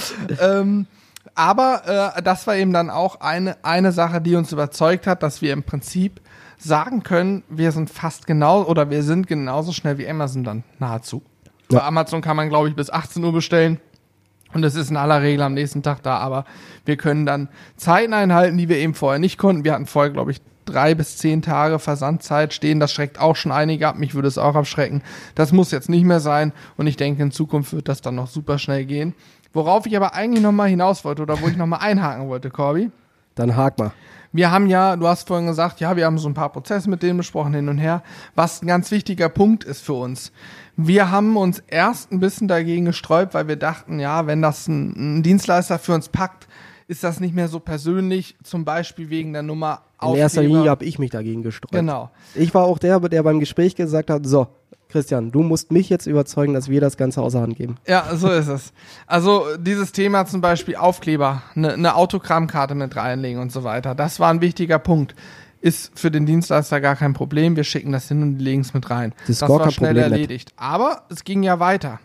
Aber das war eben dann auch eine Sache, die uns überzeugt hat, dass wir im Prinzip sagen können, wir sind wir sind genauso schnell wie Amazon dann nahezu. Ja. Bei Amazon kann man, glaube ich, bis 18 Uhr bestellen und es ist in aller Regel am nächsten Tag da, aber wir können dann Zeiten einhalten, die wir eben vorher nicht konnten. Wir hatten vorher, glaube ich, 3 bis 10 Tage Versandzeit stehen, das schreckt auch schon einige ab, mich würde es auch abschrecken. Das muss jetzt nicht mehr sein und ich denke, in Zukunft wird das dann noch super schnell gehen. Worauf ich aber eigentlich nochmal hinaus wollte oder wo ich nochmal einhaken wollte, Corby. Dann hak mal. Wir haben ja, du hast vorhin gesagt, wir haben so ein paar Prozesse mit denen besprochen, hin und her. Was ein ganz wichtiger Punkt ist für uns. Wir haben uns erst ein bisschen dagegen gesträubt, weil wir dachten, wenn das ein Dienstleister für uns packt, ist das nicht mehr so persönlich, zum Beispiel wegen der Nummer Aufkleber. In erster Linie habe ich mich dagegen gesträubt. Genau. Ich war auch der beim Gespräch gesagt hat, so, Christian, du musst mich jetzt überzeugen, dass wir das Ganze außer Hand geben. Ja, so ist es. Also dieses Thema zum Beispiel Aufkleber, eine Autogrammkarte mit reinlegen und so weiter, das war ein wichtiger Punkt. Ist für den Dienstleister gar kein Problem, wir schicken das hin und legen es mit rein. Das war schnell erledigt. Aber es ging ja weiter.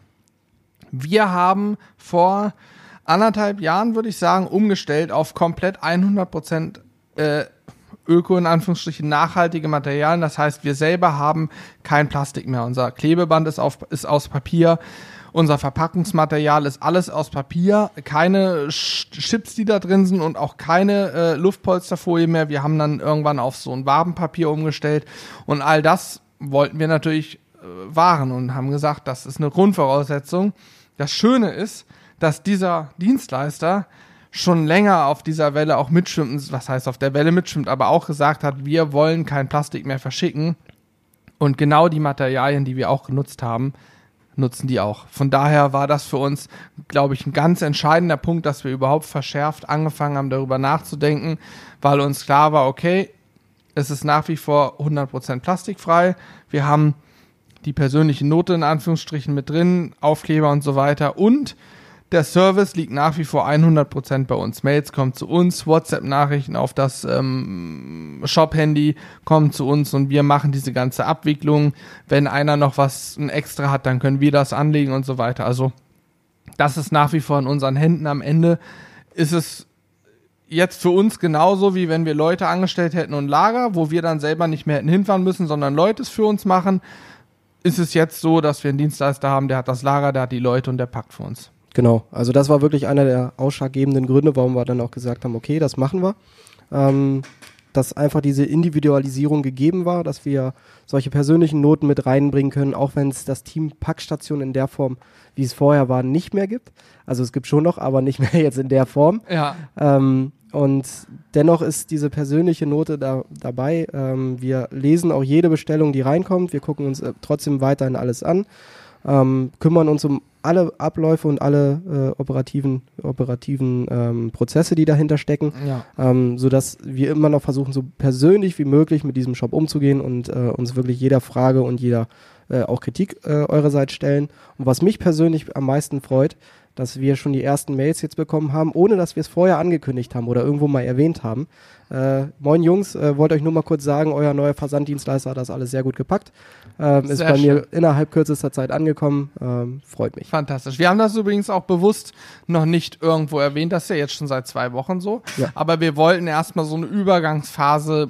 Wir haben vor 1,5 Jahren, würde ich sagen, umgestellt auf komplett 100% Öko, in Anführungsstrichen, nachhaltige Materialien. Das heißt, wir selber haben kein Plastik mehr. Unser Klebeband ist aus Papier. Unser Verpackungsmaterial ist alles aus Papier. Keine Chips, die da drin sind und auch keine Luftpolsterfolie mehr. Wir haben dann irgendwann auf so ein Wabenpapier umgestellt. Und all das wollten wir natürlich wahren und haben gesagt, das ist eine Grundvoraussetzung. Das Schöne ist, dass dieser Dienstleister schon länger auf dieser Welle auch mitschwimmt, was heißt auf der Welle mitschwimmt, aber auch gesagt hat, wir wollen kein Plastik mehr verschicken und genau die Materialien, die wir auch genutzt haben, nutzen die auch. Von daher war das für uns, glaube ich, ein ganz entscheidender Punkt, dass wir überhaupt verschärft angefangen haben, darüber nachzudenken, weil uns klar war, okay, es ist nach wie vor 100% plastikfrei, wir haben die persönliche Note in Anführungsstrichen mit drin, Aufkleber und so weiter und Der Service liegt nach wie vor 100% bei uns. Mails kommen zu uns, WhatsApp-Nachrichten auf das Shop-Handy kommen zu uns und wir machen diese ganze Abwicklung. Wenn einer noch ein Extra hat, dann können wir das anlegen und so weiter. Also das ist nach wie vor in unseren Händen. Am Ende ist es jetzt für uns genauso, wie wenn wir Leute angestellt hätten und Lager, wo wir dann selber nicht mehr hätten hinfahren müssen, sondern Leute es für uns machen. Ist es jetzt so, dass wir einen Dienstleister haben, der hat das Lager, der hat die Leute und der packt für uns. Genau, also das war wirklich einer der ausschlaggebenden Gründe, warum wir dann auch gesagt haben, okay, das machen wir. Dass einfach diese Individualisierung gegeben war, dass wir solche persönlichen Noten mit reinbringen können, auch wenn es das Team Packstation in der Form, wie es vorher war, nicht mehr gibt. Also es gibt schon noch, aber nicht mehr jetzt in der Form. Ja. Und dennoch ist diese persönliche Note dabei. Wir lesen auch jede Bestellung, die reinkommt. Wir gucken uns trotzdem weiterhin alles an. Kümmern uns um alle Abläufe und alle operativen Prozesse, die dahinter stecken, sodass wir immer noch versuchen, so persönlich wie möglich mit diesem Shop umzugehen und uns wirklich jeder Frage und jeder auch Kritik eurerseits stellen. Und was mich persönlich am meisten freut, dass wir schon die ersten Mails jetzt bekommen haben, ohne dass wir es vorher angekündigt haben oder irgendwo mal erwähnt haben. Moin Jungs, wollte euch nur mal kurz sagen, euer neuer Versanddienstleister hat das alles sehr gut gepackt. Ist bei mir innerhalb kürzester Zeit angekommen. Freut mich. Fantastisch. Wir haben das übrigens auch bewusst noch nicht irgendwo erwähnt. Das ist ja jetzt schon seit 2 Wochen so. Ja. Aber wir wollten erstmal so eine Übergangsphase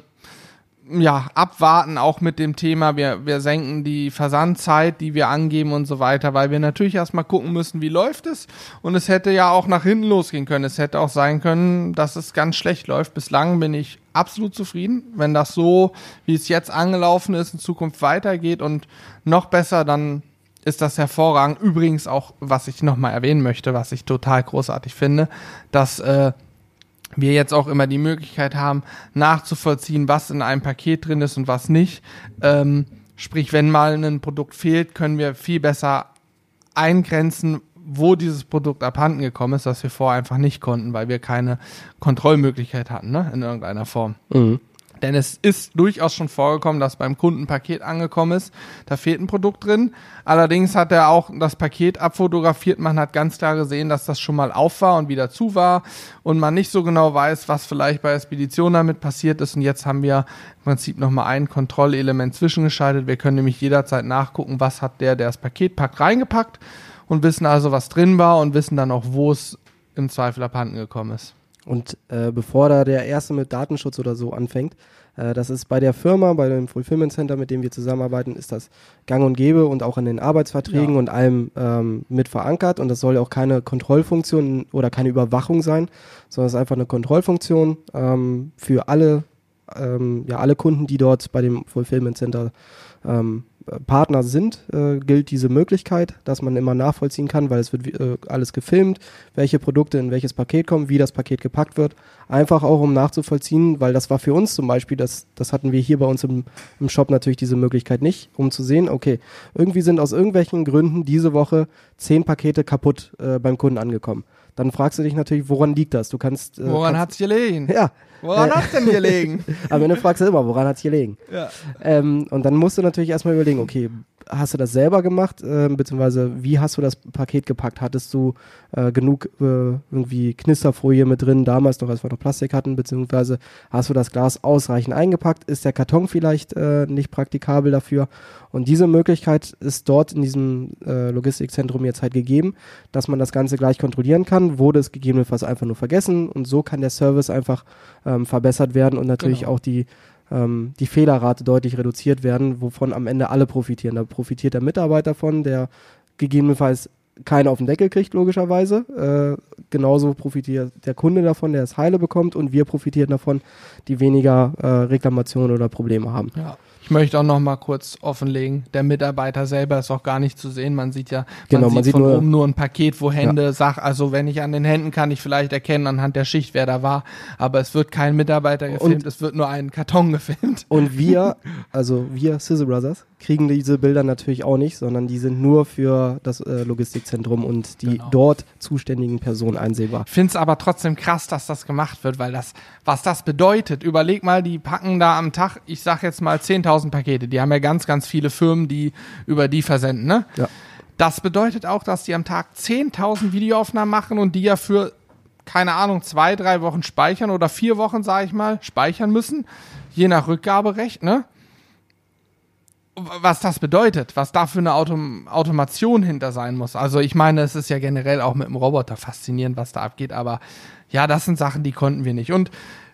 abwarten, auch mit dem Thema, wir senken die Versandzeit, die wir angeben und so weiter, weil wir natürlich erstmal gucken müssen, wie läuft es, und es hätte ja auch nach hinten losgehen können. Es hätte auch sein können, dass es ganz schlecht läuft. Bislang bin ich absolut zufrieden. Wenn das so, wie es jetzt angelaufen ist, in Zukunft weitergeht und noch besser, dann ist das hervorragend. Übrigens auch, was ich nochmal erwähnen möchte, was ich total großartig finde, dass wir jetzt auch immer die Möglichkeit haben, nachzuvollziehen, was in einem Paket drin ist und was nicht. Sprich, wenn mal ein Produkt fehlt, können wir viel besser eingrenzen, wo dieses Produkt abhanden gekommen ist, was wir vorher einfach nicht konnten, weil wir keine Kontrollmöglichkeit hatten, ne, in irgendeiner Form. Mhm. Denn es ist durchaus schon vorgekommen, dass beim Kunden ein Paket angekommen ist, da fehlt ein Produkt drin. Allerdings hat er auch das Paket abfotografiert. Man hat ganz klar gesehen, dass das schon mal auf war und wieder zu war und man nicht so genau weiß, was vielleicht bei der Spedition damit passiert ist. Und jetzt haben wir im Prinzip nochmal ein Kontrollelement zwischengeschaltet. Wir können nämlich jederzeit nachgucken, was hat der das Paket packt, reingepackt, und wissen also, was drin war, und wissen dann auch, wo es im Zweifel abhanden gekommen ist. Und bevor da der Erste mit Datenschutz oder so anfängt, das ist bei der Firma, bei dem Fulfillment Center, mit dem wir zusammenarbeiten, ist das gang und gäbe und auch in den Arbeitsverträgen und allem mit verankert. Und das soll auch keine Kontrollfunktion oder keine Überwachung sein, sondern es ist einfach eine Kontrollfunktion für alle Kunden, die dort bei dem Fulfillment Center Partner sind, gilt diese Möglichkeit, dass man immer nachvollziehen kann, weil es wird alles gefilmt, welche Produkte in welches Paket kommen, wie das Paket gepackt wird. Einfach auch, um nachzuvollziehen, weil das war für uns zum Beispiel, das hatten wir hier bei uns im Shop natürlich diese Möglichkeit nicht, um zu sehen, okay, irgendwie sind aus irgendwelchen Gründen diese Woche 10 Pakete kaputt beim Kunden angekommen. Dann fragst du dich natürlich, woran liegt das? Du kannst... woran hat's gelegen? Ja. Woran hat's denn gelegen? Am Ende fragst du immer, woran hat's gelegen? Ja. Und dann musst du natürlich erstmal überlegen, okay, hast du das selber gemacht, beziehungsweise wie hast du das Paket gepackt? Hattest du genug irgendwie Knisterfolie mit drin, damals noch, als wir noch Plastik hatten, beziehungsweise hast du das Glas ausreichend eingepackt? Ist der Karton vielleicht nicht praktikabel dafür? Und diese Möglichkeit ist dort in diesem Logistikzentrum jetzt halt gegeben, dass man das Ganze gleich kontrollieren kann. Wurde es gegebenenfalls einfach nur vergessen, und so kann der Service einfach verbessert werden und natürlich auch die Fehlerrate deutlich reduziert werden, wovon am Ende alle profitieren. Da profitiert der Mitarbeiter von, der gegebenenfalls keinen auf den Deckel kriegt, logischerweise. Genauso profitiert der Kunde davon, der es heile bekommt, und wir profitieren davon, die weniger Reklamationen oder Probleme haben. Ja. Ich möchte auch noch mal kurz offenlegen, der Mitarbeiter selber ist auch gar nicht zu sehen. Man sieht ja, man sieht von oben nur ein Paket, wo Hände, also wenn ich an den Händen kann ich vielleicht erkennen anhand der Schicht, wer da war, aber es wird kein Mitarbeiter gefilmt, es wird nur ein Karton gefilmt. Und wir Sizzle Brothers, kriegen diese Bilder natürlich auch nicht, sondern die sind nur für das Logistikzentrum und die dort zuständigen Personen einsehbar. Ich finde es aber trotzdem krass, dass das gemacht wird, weil was das bedeutet, überleg mal, die packen da am Tag, ich sag jetzt mal 10.000 Pakete, die haben ja ganz, ganz viele Firmen, die über die versenden, ne? Ja. Das bedeutet auch, dass die am Tag 10.000 Videoaufnahmen machen und die ja für, keine Ahnung, 2-3 Wochen speichern oder 4 Wochen, sage ich mal, speichern müssen, je nach Rückgaberecht, ne? Was das bedeutet, was da für eine Automation hinter sein muss. Also ich meine, es ist ja generell auch mit dem Roboter faszinierend, was da abgeht, aber ja, das sind Sachen, die konnten wir nicht. Und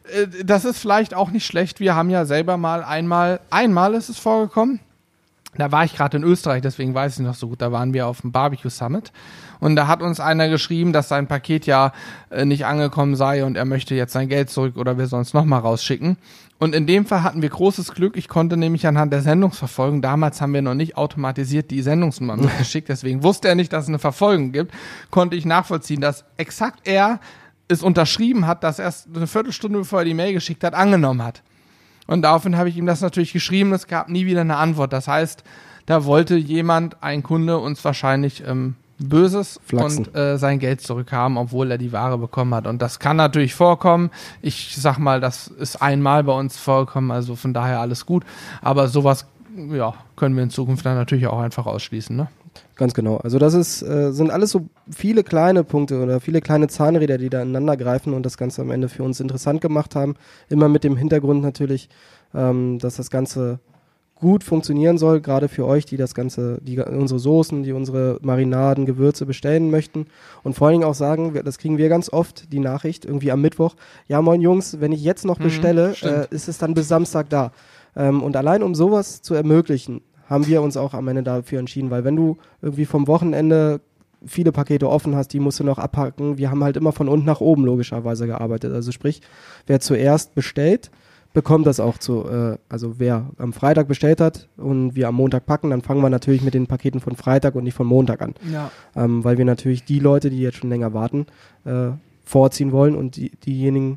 das ist vielleicht auch nicht schlecht. Wir haben ja selber mal einmal ist es vorgekommen, da war ich gerade in Österreich, deswegen weiß ich noch so gut, da waren wir auf dem Barbecue Summit und da hat uns einer geschrieben, dass sein Paket ja nicht angekommen sei und er möchte jetzt sein Geld zurück oder wir sollen es nochmal rausschicken. Und in dem Fall hatten wir großes Glück, ich konnte nämlich anhand der Sendungsverfolgung, damals haben wir noch nicht automatisiert die Sendungsnummer mitgeschickt, deswegen wusste er nicht, dass es eine Verfolgung gibt, konnte ich nachvollziehen, dass exakt er es unterschrieben hat, dass er es eine Viertelstunde bevor er die Mail geschickt hat, angenommen hat. Und daraufhin habe ich ihm das natürlich geschrieben, es gab nie wieder eine Antwort. Das heißt, da wollte ein Kunde uns wahrscheinlich Böses Flachsen. Und sein Geld zurückhaben, obwohl er die Ware bekommen hat. Und das kann natürlich vorkommen. Ich sag mal, das ist einmal bei uns vorgekommen, also von daher alles gut. Aber sowas, ja, können wir in Zukunft dann natürlich auch einfach ausschließen, ne? Ganz genau. Also das sind alles so viele kleine Punkte oder viele kleine Zahnräder, die da ineinander greifen und das Ganze am Ende für uns interessant gemacht haben. Immer mit dem Hintergrund natürlich, dass das Ganze gut funktionieren soll, gerade für euch, die das Ganze, die unsere Soßen, die unsere Marinaden, Gewürze bestellen möchten und vor allen Dingen auch sagen, das kriegen wir ganz oft, die Nachricht, irgendwie am Mittwoch, ja moin Jungs, wenn ich jetzt noch bestelle, ist es dann bis Samstag da. Und allein um sowas zu ermöglichen, haben wir uns auch am Ende dafür entschieden, weil wenn du irgendwie vom Wochenende viele Pakete offen hast, die musst du noch abhaken. Wir haben halt immer von unten nach oben logischerweise gearbeitet. Also sprich, wer zuerst bestellt, bekommt das auch also wer am Freitag bestellt hat und wir am Montag packen, dann fangen wir natürlich mit den Paketen von Freitag und nicht von Montag an. Ja. Weil wir natürlich die Leute, die jetzt schon länger warten, vorziehen wollen und diejenigen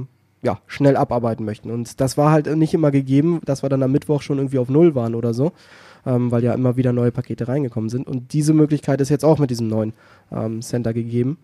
schnell abarbeiten möchten. Und das war halt nicht immer gegeben, dass wir dann am Mittwoch schon irgendwie auf Null waren oder so, weil ja immer wieder neue Pakete reingekommen sind. Und diese Möglichkeit ist jetzt auch mit diesem neuen Center gegeben.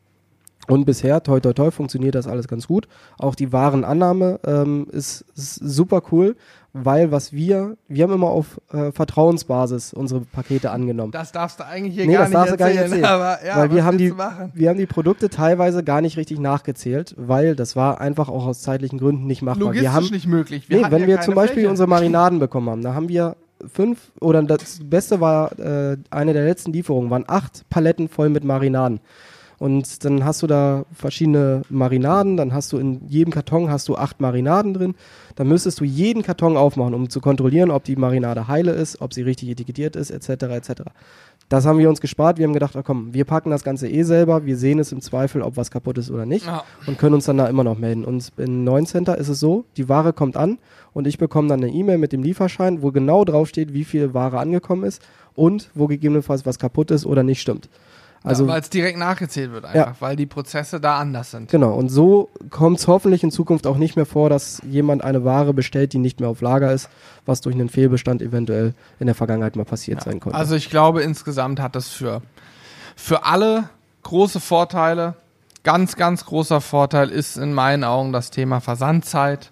Und bisher, toi toi toi, funktioniert das alles ganz gut. Auch die Warenannahme ist super cool, weil wir haben immer auf Vertrauensbasis unsere Pakete angenommen. Das darfst du eigentlich hier gar nicht erzählen. Aber, ja, weil wir haben die Produkte teilweise gar nicht richtig nachgezählt, weil das war einfach auch aus zeitlichen Gründen nicht machbar. Logistisch nicht möglich. Wenn wir zum Beispiel unsere Marinaden bekommen haben, da haben wir 5, oder das Beste war, eine der letzten Lieferungen waren 8 Paletten voll mit Marinaden. Und dann hast du da verschiedene Marinaden, dann hast du in jedem Karton 8 Marinaden drin. Dann müsstest du jeden Karton aufmachen, um zu kontrollieren, ob die Marinade heile ist, ob sie richtig etikettiert ist, etc. etc. Das haben wir uns gespart. Wir haben gedacht, komm, wir packen das Ganze selber. Wir sehen es im Zweifel, ob was kaputt ist oder nicht, und können uns dann da immer noch melden. Und im neuen Center ist es so, die Ware kommt an und ich bekomme dann eine E-Mail mit dem Lieferschein, wo genau draufsteht, wie viel Ware angekommen ist und wo gegebenenfalls was kaputt ist oder nicht stimmt. Also, weil es direkt nachgezählt wird einfach, weil die Prozesse da anders sind. Genau, und so kommt es hoffentlich in Zukunft auch nicht mehr vor, dass jemand eine Ware bestellt, die nicht mehr auf Lager ist, was durch einen Fehlbestand eventuell in der Vergangenheit mal passiert sein konnte. Also ich glaube, insgesamt hat das für alle große Vorteile. Ganz, ganz großer Vorteil ist in meinen Augen das Thema Versandzeit,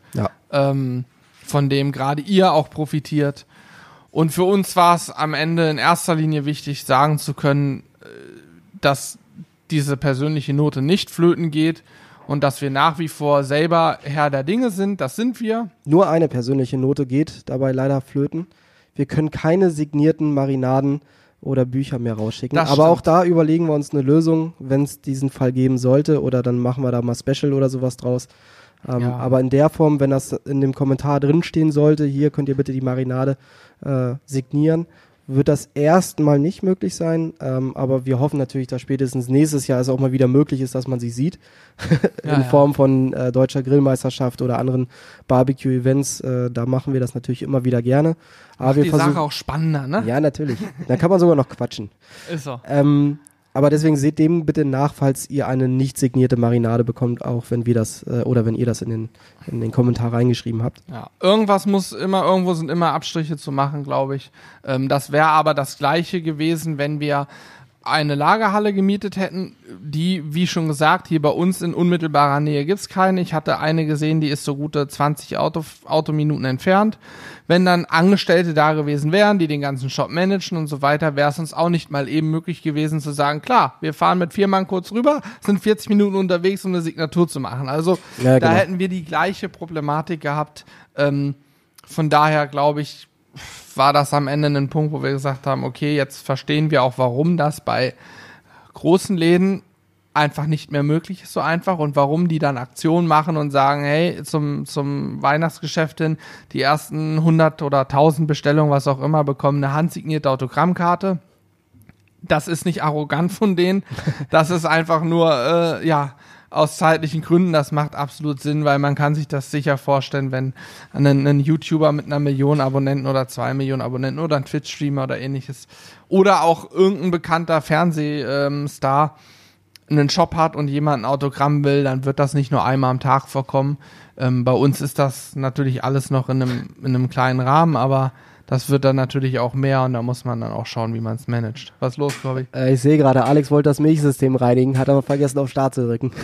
von dem gerade ihr auch profitiert. Und für uns war es am Ende in erster Linie wichtig, sagen zu können, dass diese persönliche Note nicht flöten geht und dass wir nach wie vor selber Herr der Dinge sind. Das sind wir. Nur eine persönliche Note geht dabei leider flöten. Wir können keine signierten Marinaden oder Bücher mehr rausschicken. Aber auch da überlegen wir uns eine Lösung, wenn es diesen Fall geben sollte, oder dann machen wir da mal Special oder sowas draus. Aber in der Form, wenn das in dem Kommentar drinstehen sollte, hier könnt ihr bitte die Marinade signieren, wird das erstmal nicht möglich sein, aber wir hoffen natürlich, dass spätestens nächstes Jahr es auch mal wieder möglich ist, dass man sie sieht, in Form von deutscher Grillmeisterschaft oder anderen Barbecue-Events, da machen wir das natürlich immer wieder gerne. Aber Macht die Sache auch spannender, ne? Ja, natürlich. Da kann man sogar noch quatschen. Ist so. Aber deswegen seht dem bitte nach, falls ihr eine nicht signierte Marinade bekommt, auch wenn wir das oder wenn ihr das in den Kommentar reingeschrieben habt. Ja, irgendwo sind immer Abstriche zu machen, glaube ich. Das wäre aber das Gleiche gewesen, wenn wir eine Lagerhalle gemietet hätten, die, wie schon gesagt, hier bei uns in unmittelbarer Nähe gibt's keine. Ich hatte eine gesehen, die ist so gute 20 Autominuten entfernt. Wenn dann Angestellte da gewesen wären, die den ganzen Shop managen und so weiter, wäre es uns auch nicht mal eben möglich gewesen zu sagen, klar, wir fahren mit 4 Mann kurz rüber, sind 40 Minuten unterwegs, um eine Signatur zu machen. Also ja, da hätten wir die gleiche Problematik gehabt. Von daher glaube ich, war das am Ende ein Punkt, wo wir gesagt haben, okay, jetzt verstehen wir auch, warum das bei großen Läden einfach nicht mehr möglich ist so einfach und warum die dann Aktionen machen und sagen, hey, zum Weihnachtsgeschäft hin, die ersten 100 oder 1000 Bestellungen, was auch immer, bekommen eine handsignierte Autogrammkarte. Das ist nicht arrogant von denen, das ist einfach nur, aus zeitlichen Gründen, das macht absolut Sinn, weil man kann sich das sicher vorstellen, wenn ein YouTuber mit 1 Million Abonnenten oder 2 Millionen Abonnenten oder ein Twitch-Streamer oder ähnliches oder auch irgendein bekannter Fernsehstar einen Shop hat und jemand ein Autogramm will, dann wird das nicht nur einmal am Tag vorkommen. Bei uns ist das natürlich alles noch in einem kleinen Rahmen, aber das wird dann natürlich auch mehr und da muss man dann auch schauen, wie man es managt. Was ist los, Corby? Ich sehe gerade, Alex wollte das Milchsystem reinigen, hat aber vergessen auf Start zu drücken.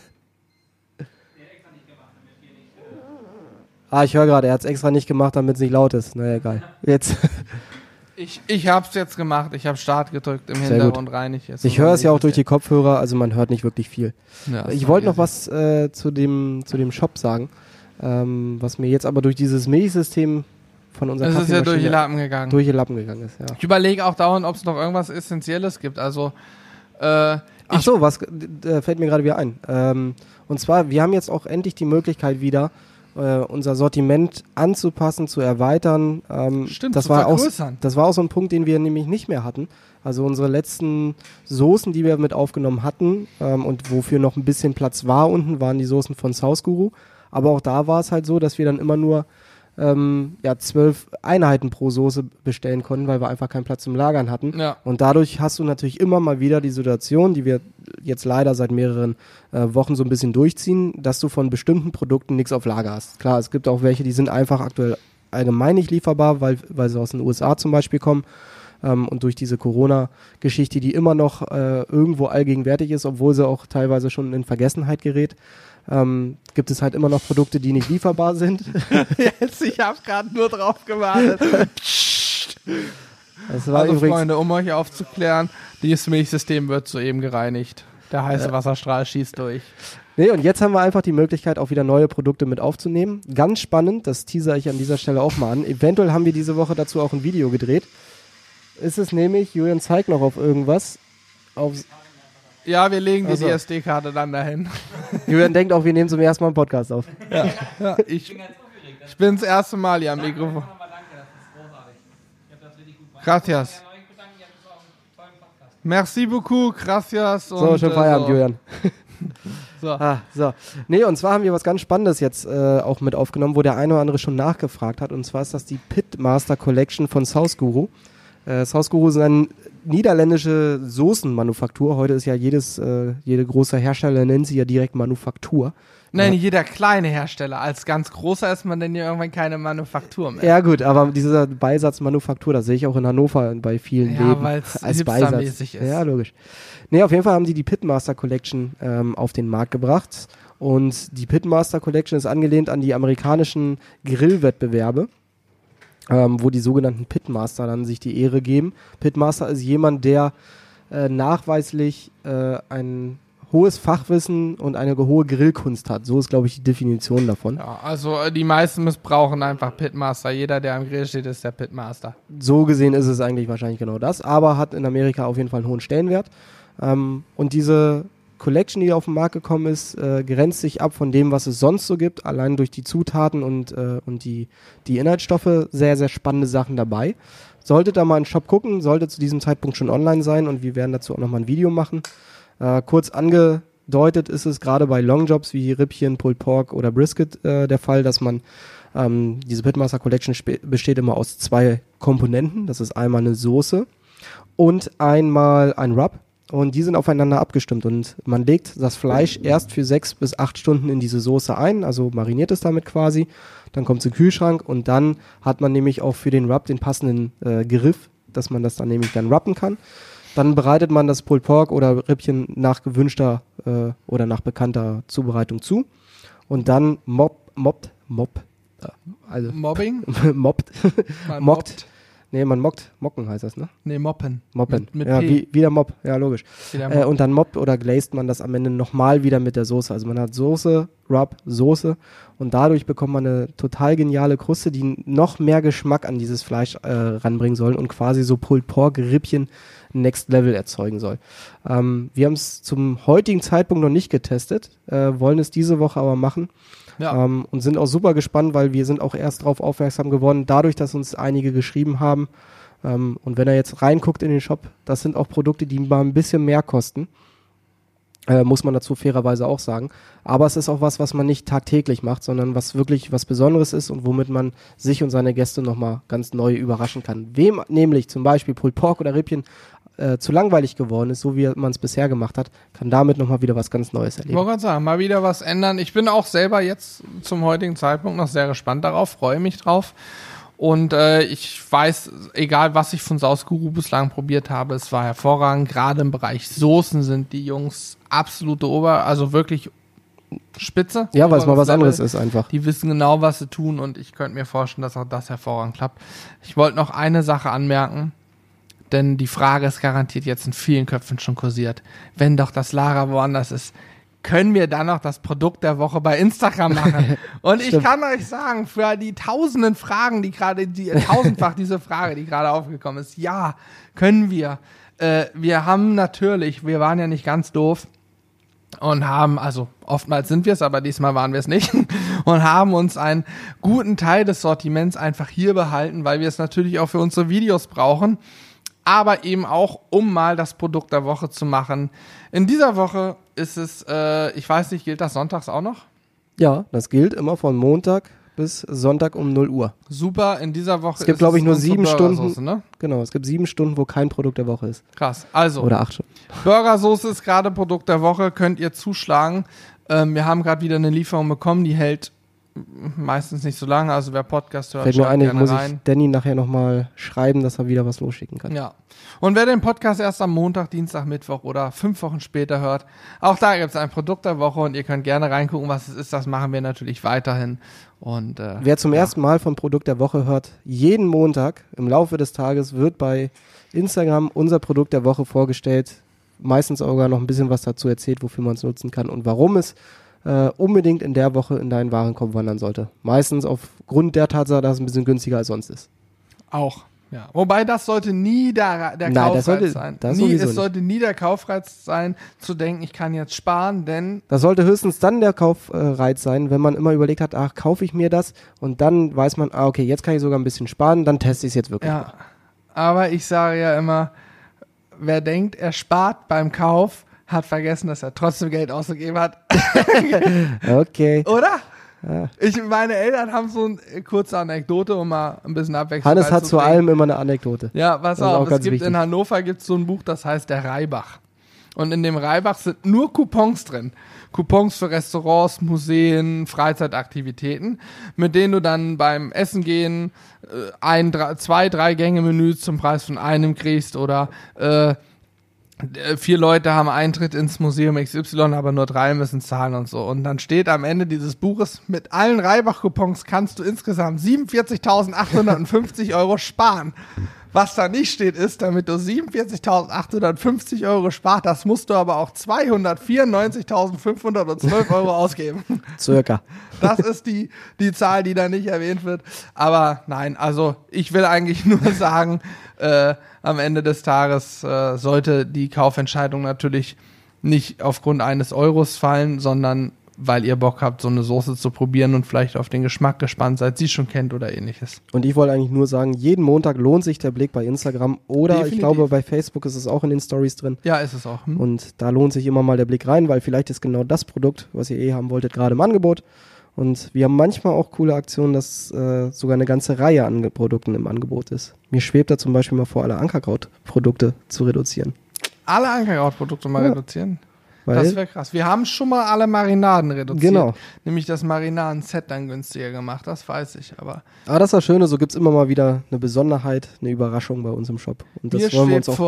Ich höre gerade, er hat es extra nicht gemacht, damit es nicht laut ist. Naja, egal. Jetzt. Ich habe es jetzt gemacht, ich habe Start gedrückt im Hintergrund, reinige es. Ich höre es ja auch durch die Kopfhörer, also man hört nicht wirklich viel. Ja, ich wollte noch was zu dem Shop sagen, was mir jetzt aber durch dieses Milchsystem von unserer Kaffeemaschine durch die Lappen gegangen. Durch die Lappen gegangen ist, ja. Ich überlege auch dauernd, ob es noch irgendwas Essentielles gibt. Also, ach so, was fällt mir gerade wieder ein. Und zwar, wir haben jetzt auch endlich die Möglichkeit wieder, unser Sortiment anzupassen, zu erweitern. Stimmt, das zu war vergrößern. Das war auch so ein Punkt, den wir nämlich nicht mehr hatten. Also unsere letzten Soßen, die wir mit aufgenommen hatten und wofür noch ein bisschen Platz war unten, waren die Soßen von South Guru. Aber auch da war es halt so, dass wir dann immer nur 12 Einheiten pro Soße bestellen konnten, weil wir einfach keinen Platz zum Lagern hatten. Ja. Und dadurch hast du natürlich immer mal wieder die Situation, die wir jetzt leider seit mehreren Wochen so ein bisschen durchziehen, dass du von bestimmten Produkten nichts auf Lager hast. Klar, es gibt auch welche, die sind einfach aktuell allgemein nicht lieferbar, weil sie aus den USA zum Beispiel kommen. Und durch diese Corona-Geschichte, die immer noch irgendwo allgegenwärtig ist, obwohl sie auch teilweise schon in Vergessenheit gerät, gibt es halt immer noch Produkte, die nicht lieferbar sind. Jetzt, ich habe gerade nur drauf gewartet. Das war also übrigens, Freunde, um euch aufzuklären, dieses Milchsystem wird soeben gereinigt. Der heiße Wasserstrahl schießt durch. Nee, und jetzt haben wir einfach die Möglichkeit, auch wieder neue Produkte mit aufzunehmen. Ganz spannend, das teaser ich an dieser Stelle auch mal an. Eventuell haben wir diese Woche dazu auch ein Video gedreht. Ist es nämlich, Julian zeigt noch auf irgendwas. Ja, wir legen die SD-Karte dann dahin. Julian denkt auch, wir nehmen zum ersten Mal einen Podcast auf. Ja, ich bin das erste Mal hier am Mikrofon. Gracias. Merci beaucoup, gracias. So, schön Feierabend, Julian. So. Nee, und zwar haben wir was ganz Spannendes jetzt auch mit aufgenommen, wo der eine oder andere schon nachgefragt hat. Und zwar ist das die Pitmaster Collection von South Guru. South Guru ist eine niederländische Soßenmanufaktur. Heute ist ja jede große Hersteller nennt sie ja direkt Manufaktur. Nein, jeder kleine Hersteller. Als ganz großer ist man dann ja irgendwann keine Manufaktur mehr. Ja gut, aber dieser Beisatz Manufaktur, das sehe ich auch in Hannover bei vielen Läden als Beisatz. Ist. Ja, logisch. Nee, auf jeden Fall haben die Pitmaster Collection auf den Markt gebracht. Und die Pitmaster Collection ist angelehnt an die amerikanischen Grillwettbewerbe, wo die sogenannten Pitmaster dann sich die Ehre geben. Pitmaster ist jemand, der nachweislich ein hohes Fachwissen und eine hohe Grillkunst hat. So ist, glaube ich, die Definition davon. Ja, also die meisten missbrauchen einfach Pitmaster. Jeder, der am Grill steht, ist der Pitmaster. So gesehen ist es eigentlich wahrscheinlich genau das, aber hat in Amerika auf jeden Fall einen hohen Stellenwert. Und diese Collection, die auf den Markt gekommen ist, grenzt sich ab von dem, was es sonst so gibt. Allein durch die Zutaten und die Inhaltsstoffe sehr, sehr spannende Sachen dabei. Solltet da mal in den Shop gucken, sollte zu diesem Zeitpunkt schon online sein und wir werden dazu auch nochmal ein Video machen. Kurz angedeutet ist es gerade bei Longjobs wie Rippchen, Pulled Pork oder Brisket der Fall, dass man diese Pitmaster Collection besteht immer aus 2 Komponenten. Das ist einmal eine Soße und einmal ein Rub. Und die sind aufeinander abgestimmt und man legt das Fleisch erst für 6 bis 8 Stunden in diese Soße ein, also mariniert es damit quasi. Dann kommt es in den Kühlschrank und dann hat man nämlich auch für den Rub den passenden Griff, dass man das dann nämlich dann rubben kann. Dann bereitet man das Pulled Pork oder Rippchen nach gewünschter oder nach bekannter Zubereitung zu. Und dann mobbt. Mobbing? mobbt. Man mockt. Nee, man mockt. Mocken heißt das, ne? Nee, moppen. Moppen. Mit ja, P. wie der Mob. Ja, logisch. Wie der Mob. Und dann mobbt oder glazed man das am Ende nochmal wieder mit der Soße. Also man hat Soße, Rub, Soße und dadurch bekommt man eine total geniale Kruste, die noch mehr Geschmack an dieses Fleisch ranbringen soll und quasi so Pulled Pork Rippchen Next Level erzeugen soll. Wir haben es zum heutigen Zeitpunkt noch nicht getestet, wollen es diese Woche aber machen. Ja. Und sind auch super gespannt, weil wir sind auch erst darauf aufmerksam geworden, dadurch, dass uns einige geschrieben haben. Und wenn er jetzt reinguckt in den Shop, das sind auch Produkte, die mal ein bisschen mehr kosten. Muss man dazu fairerweise auch sagen. Aber es ist auch was man nicht tagtäglich macht, sondern was wirklich was Besonderes ist und womit man sich und seine Gäste nochmal ganz neu überraschen kann. Wem nämlich zum Beispiel Pulled Pork oder Rippchen zu langweilig geworden ist, so wie man es bisher gemacht hat, kann damit nochmal wieder was ganz Neues Ich erleben. wollte gerade sagen, mal wieder was ändern. Ich bin auch selber jetzt zum heutigen Zeitpunkt noch sehr gespannt darauf, freue mich drauf. Und ich weiß, egal was ich von Sauce Guru bislang probiert habe, es war hervorragend. Gerade im Bereich Soßen sind die Jungs absolute also wirklich spitze. Ja, weil es mal was Level. anderes ist einfach. Die wissen genau, was sie tun und ich könnte mir vorstellen, dass auch das hervorragend klappt. Ich wollte noch eine Sache anmerken, denn die Frage ist garantiert jetzt in vielen Köpfen schon kursiert. Wenn doch das Lara woanders ist, können wir dann noch das Produkt der Woche bei Instagram machen? Und ich kann euch sagen, für die tausenden Fragen, tausendfach diese Frage, die gerade aufgekommen ist, ja, können wir. Wir waren ja nicht ganz doof und haben, also oftmals sind wir es, aber diesmal waren wir es nicht und haben uns einen guten Teil des Sortiments einfach hier behalten, weil wir es natürlich auch für unsere Videos brauchen, aber eben auch, um mal das Produkt der Woche zu machen. In dieser Woche ist es, ich weiß nicht, gilt das sonntags auch noch? Ja, das gilt immer von Montag bis Sonntag um 0 Uhr. Super, in dieser Woche Es gibt, glaube ich, nur unsere 7 Burgersoße, Stunden. ne? Genau, es gibt 7 Stunden, wo kein Produkt der Woche ist. Krass, also Oder 8 Stunden. Burgersoße ist gerade Produkt der Woche, könnt ihr zuschlagen. Wir haben gerade wieder eine Lieferung bekommen, die hält meistens nicht so lange, also wer Podcast hört, Fällt mir schaut ein, gerne muss rein. ich Danny nachher nochmal schreiben, dass er wieder was losschicken kann. Ja. Und wer den Podcast erst am Montag, Dienstag, Mittwoch oder 5 Wochen später hört, auch da gibt es ein Produkt der Woche und ihr könnt gerne reingucken, was es ist. Das machen wir natürlich weiterhin. Und wer zum ersten Mal von Produkt der Woche hört, jeden Montag im Laufe des Tages wird bei Instagram unser Produkt der Woche vorgestellt. Meistens sogar noch ein bisschen was dazu erzählt, wofür man es nutzen kann und warum es unbedingt in der Woche in deinen Warenkorb wandern sollte. Meistens aufgrund der Tatsache, dass es ein bisschen günstiger als sonst ist. auch. Ja, wobei das sollte nie der Nein, Kaufreiz sein. es sollte nie der Kaufreiz sein, zu denken, ich kann jetzt sparen, denn Das sollte höchstens dann der Kaufreiz sein, wenn man immer überlegt hat, ach, kaufe ich mir das? Und dann weiß man, okay, jetzt kann ich sogar ein bisschen sparen, dann teste ich es jetzt wirklich. ja, aber ich sage ja immer, wer denkt, er spart beim Kauf, hat vergessen, dass er trotzdem Geld ausgegeben hat. Okay. Oder? Ja. Meine Eltern haben so eine kurze Anekdote, um mal ein bisschen Abwechslung Hannes hat zu reinzubringen. allem immer eine Anekdote. Ja, pass Das ist auf, auch es ganz gibt wichtig. in Hannover gibt's so ein Buch, das heißt der Reibach. Und in dem Reibach sind nur Coupons drin. Coupons für Restaurants, Museen, Freizeitaktivitäten, mit denen du dann beim Essen gehen 2, 3 Gänge-Menüs zum Preis von einem kriegst oder 4 Leute haben Eintritt ins Museum XY, aber nur 3 müssen zahlen und so. Und dann steht am Ende dieses Buches, mit allen Reibach-Coupons kannst du insgesamt 47.850 € sparen. Was da nicht steht, ist, damit du 47.850 € spart, das musst du aber auch 294.512 € ausgeben. Circa. Das ist die Zahl, die da nicht erwähnt wird. Aber nein, also ich will eigentlich nur sagen, am Ende des Tages sollte die Kaufentscheidung natürlich nicht aufgrund eines Euros fallen, sondern weil ihr Bock habt, so eine Soße zu probieren und vielleicht auf den Geschmack gespannt seid, sie schon kennt oder ähnliches. Und ich wollte eigentlich nur sagen, jeden Montag lohnt sich der Blick bei Instagram oder Definitiv. ich glaube bei Facebook ist es auch in den Stories drin. Ja, ist es auch. Und da lohnt sich immer mal der Blick rein, weil vielleicht ist genau das Produkt, was ihr haben wolltet, gerade im Angebot. Und wir haben manchmal auch coole Aktionen, dass sogar eine ganze Reihe an Produkten im Angebot ist. Mir schwebt da zum Beispiel mal vor, alle Ankerkraut-Produkte zu reduzieren. Alle Ankerkraut-Produkte mal reduzieren? Weil, Das wäre krass. Wir haben schon mal alle Marinaden reduziert. Genau. Nämlich das Marinaden-Set dann günstiger gemacht, das weiß ich. Aber das war schön, so gibt es immer mal wieder eine Besonderheit, eine Überraschung bei uns im Shop. Und das mir wollen wir schwebt uns auch. vor,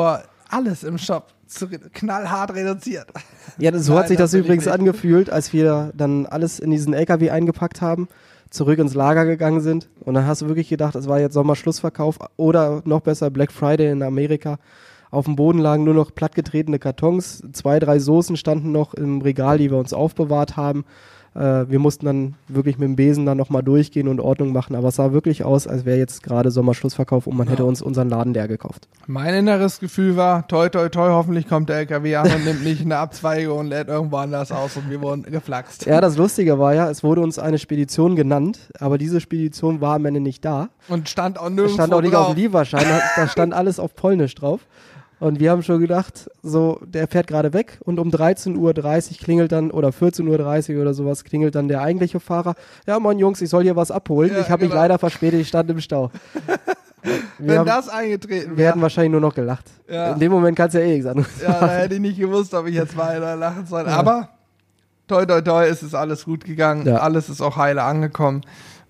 alles im Shop knallhart reduziert. Ja, so hat sich das übrigens angefühlt, als wir dann alles in diesen LKW eingepackt haben, zurück ins Lager gegangen sind und dann hast du wirklich gedacht, es war jetzt Sommerschlussverkauf oder noch besser Black Friday in Amerika. Auf dem Boden lagen nur noch plattgetretene Kartons, 2, 3 Soßen standen noch im Regal, die wir uns aufbewahrt haben. Wir mussten dann wirklich mit dem Besen dann nochmal durchgehen und Ordnung machen, aber es sah wirklich aus, als wäre jetzt gerade Sommerschlussverkauf und man hätte uns unseren Laden leer gekauft. Mein inneres Gefühl war, toi toi toi, hoffentlich kommt der LKW an und nimmt nicht eine Abzweige und lädt irgendwo anders aus und wir wurden geflaxt. Ja, das Lustige war ja, es wurde uns eine Spedition genannt, aber diese Spedition war am Ende nicht da. Und stand auch nirgendwo stand auch nicht drauf. auf dem Lieferschein, da stand alles auf Polnisch drauf. Und wir haben schon gedacht, so, der fährt gerade weg und um 13:30 Uhr klingelt dann, oder 14:30 Uhr oder sowas, klingelt dann der eigentliche Fahrer. Ja, moin Jungs, ich soll hier was abholen. Ja, ich habe mich leider verspätet, ich stand im Stau. Wenn das eingetreten Wir wäre. hätten wahrscheinlich nur noch gelacht. Ja. In dem Moment kannst du ja eh nichts anderes Ja, da machen. hätte ich nicht gewusst, ob ich jetzt weinen oder lachen soll. Ja. Aber toi toi toi, es ist alles gut gegangen. Ja. Alles ist auch heile angekommen.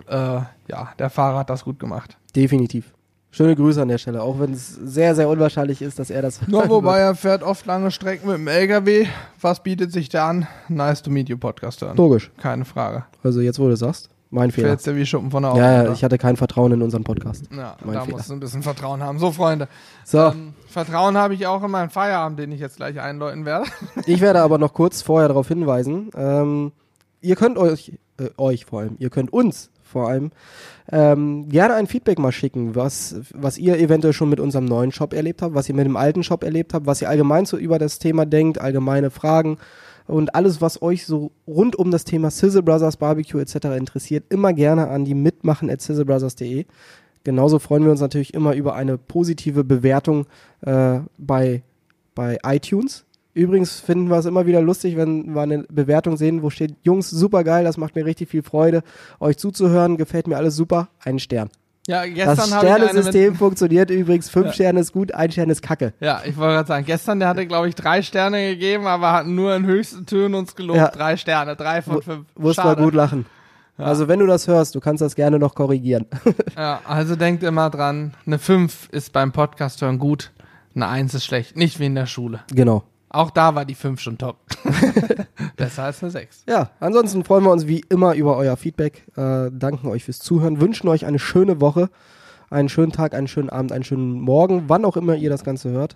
Der Fahrer hat das gut gemacht. Definitiv. Schöne Grüße an der Stelle, auch wenn es sehr, sehr unwahrscheinlich ist, dass er das Nur wobei er fährt oft lange Strecken mit dem LKW. Was bietet sich da an? Nice to meet you Podcast hören. Logisch. Keine Frage. Also jetzt, wo du sagst, mein Fehler. Fällt's dir wie Schuppen von der Augen. Ja, oder? ich hatte kein Vertrauen in unseren Podcast. Ja, Mein da Fehler. musst du ein bisschen Vertrauen haben. So, Freunde. So, Vertrauen habe ich auch in meinen Feierabend, den ich jetzt gleich einläuten werde. ich werde aber noch kurz vorher darauf hinweisen, ihr könnt ihr könnt uns vor allem gerne ein Feedback mal schicken, was ihr eventuell schon mit unserem neuen Shop erlebt habt, was ihr mit dem alten Shop erlebt habt, was ihr allgemein so über das Thema denkt, allgemeine Fragen und alles, was euch so rund um das Thema Sizzle Brothers Barbecue etc. interessiert, immer gerne an die mitmachen@sizzlebrothers.de. Genauso freuen wir uns natürlich immer über eine positive Bewertung bei iTunes. Übrigens finden wir es immer wieder lustig, wenn wir eine Bewertung sehen, wo steht, Jungs, super geil, das macht mir richtig viel Freude, euch zuzuhören, gefällt mir alles super, 1 Stern. Ja, Das gestern habe ich Sternesystem funktioniert übrigens, 5 Sterne ist gut, 1 Stern ist Kacke. Ja, ich wollte gerade sagen, gestern, der hatte, glaube ich, 3 Sterne gegeben, aber hat nur in höchsten Tönen uns gelobt. Ja. 3 Sterne, 3 von 5. Musst mal gut lachen. Ja. Also wenn du das hörst, du kannst das gerne noch korrigieren. Ja, also denkt immer dran, eine 5 ist beim Podcast hören gut, eine 1 ist schlecht. Nicht wie in der Schule. Genau. Auch da war die 5 schon top. Besser als eine 6. Ja, ansonsten freuen wir uns wie immer über euer Feedback, danken euch fürs Zuhören, wünschen euch eine schöne Woche, einen schönen Tag, einen schönen Abend, einen schönen Morgen, wann auch immer ihr das Ganze hört.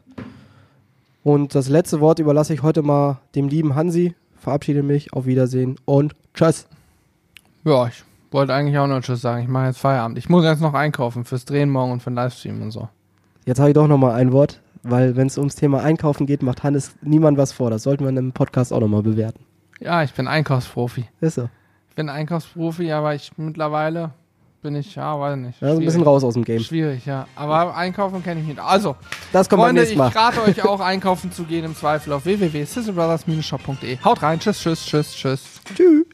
Und das letzte Wort überlasse ich heute mal dem lieben Hansi. Verabschiede mich, auf Wiedersehen und tschüss. Ja, ich wollte eigentlich auch noch Tschüss sagen. Ich mache jetzt Feierabend. Ich muss jetzt noch einkaufen fürs Drehen morgen und für den Livestream und so. Jetzt habe ich doch nochmal ein Wort, weil wenn es ums Thema Einkaufen geht, macht Hannes niemand was vor. Das sollten wir in einem Podcast auch nochmal bewerten. Ja, ich bin Einkaufsprofi. Ist so. Ich bin Einkaufsprofi, aber mittlerweile bin ich, weiß nicht. Ja, ein bisschen raus aus dem Game. Schwierig, ja. Aber einkaufen kenne ich nicht. Also, Das kommt Freunde, beim nächsten Mal. ich rate euch auch, einkaufen zu gehen im Zweifel auf www.sizzlebrothers-shop.de. Haut rein. Tschüss, tschüss, tschüss, tschüss. Tschüss.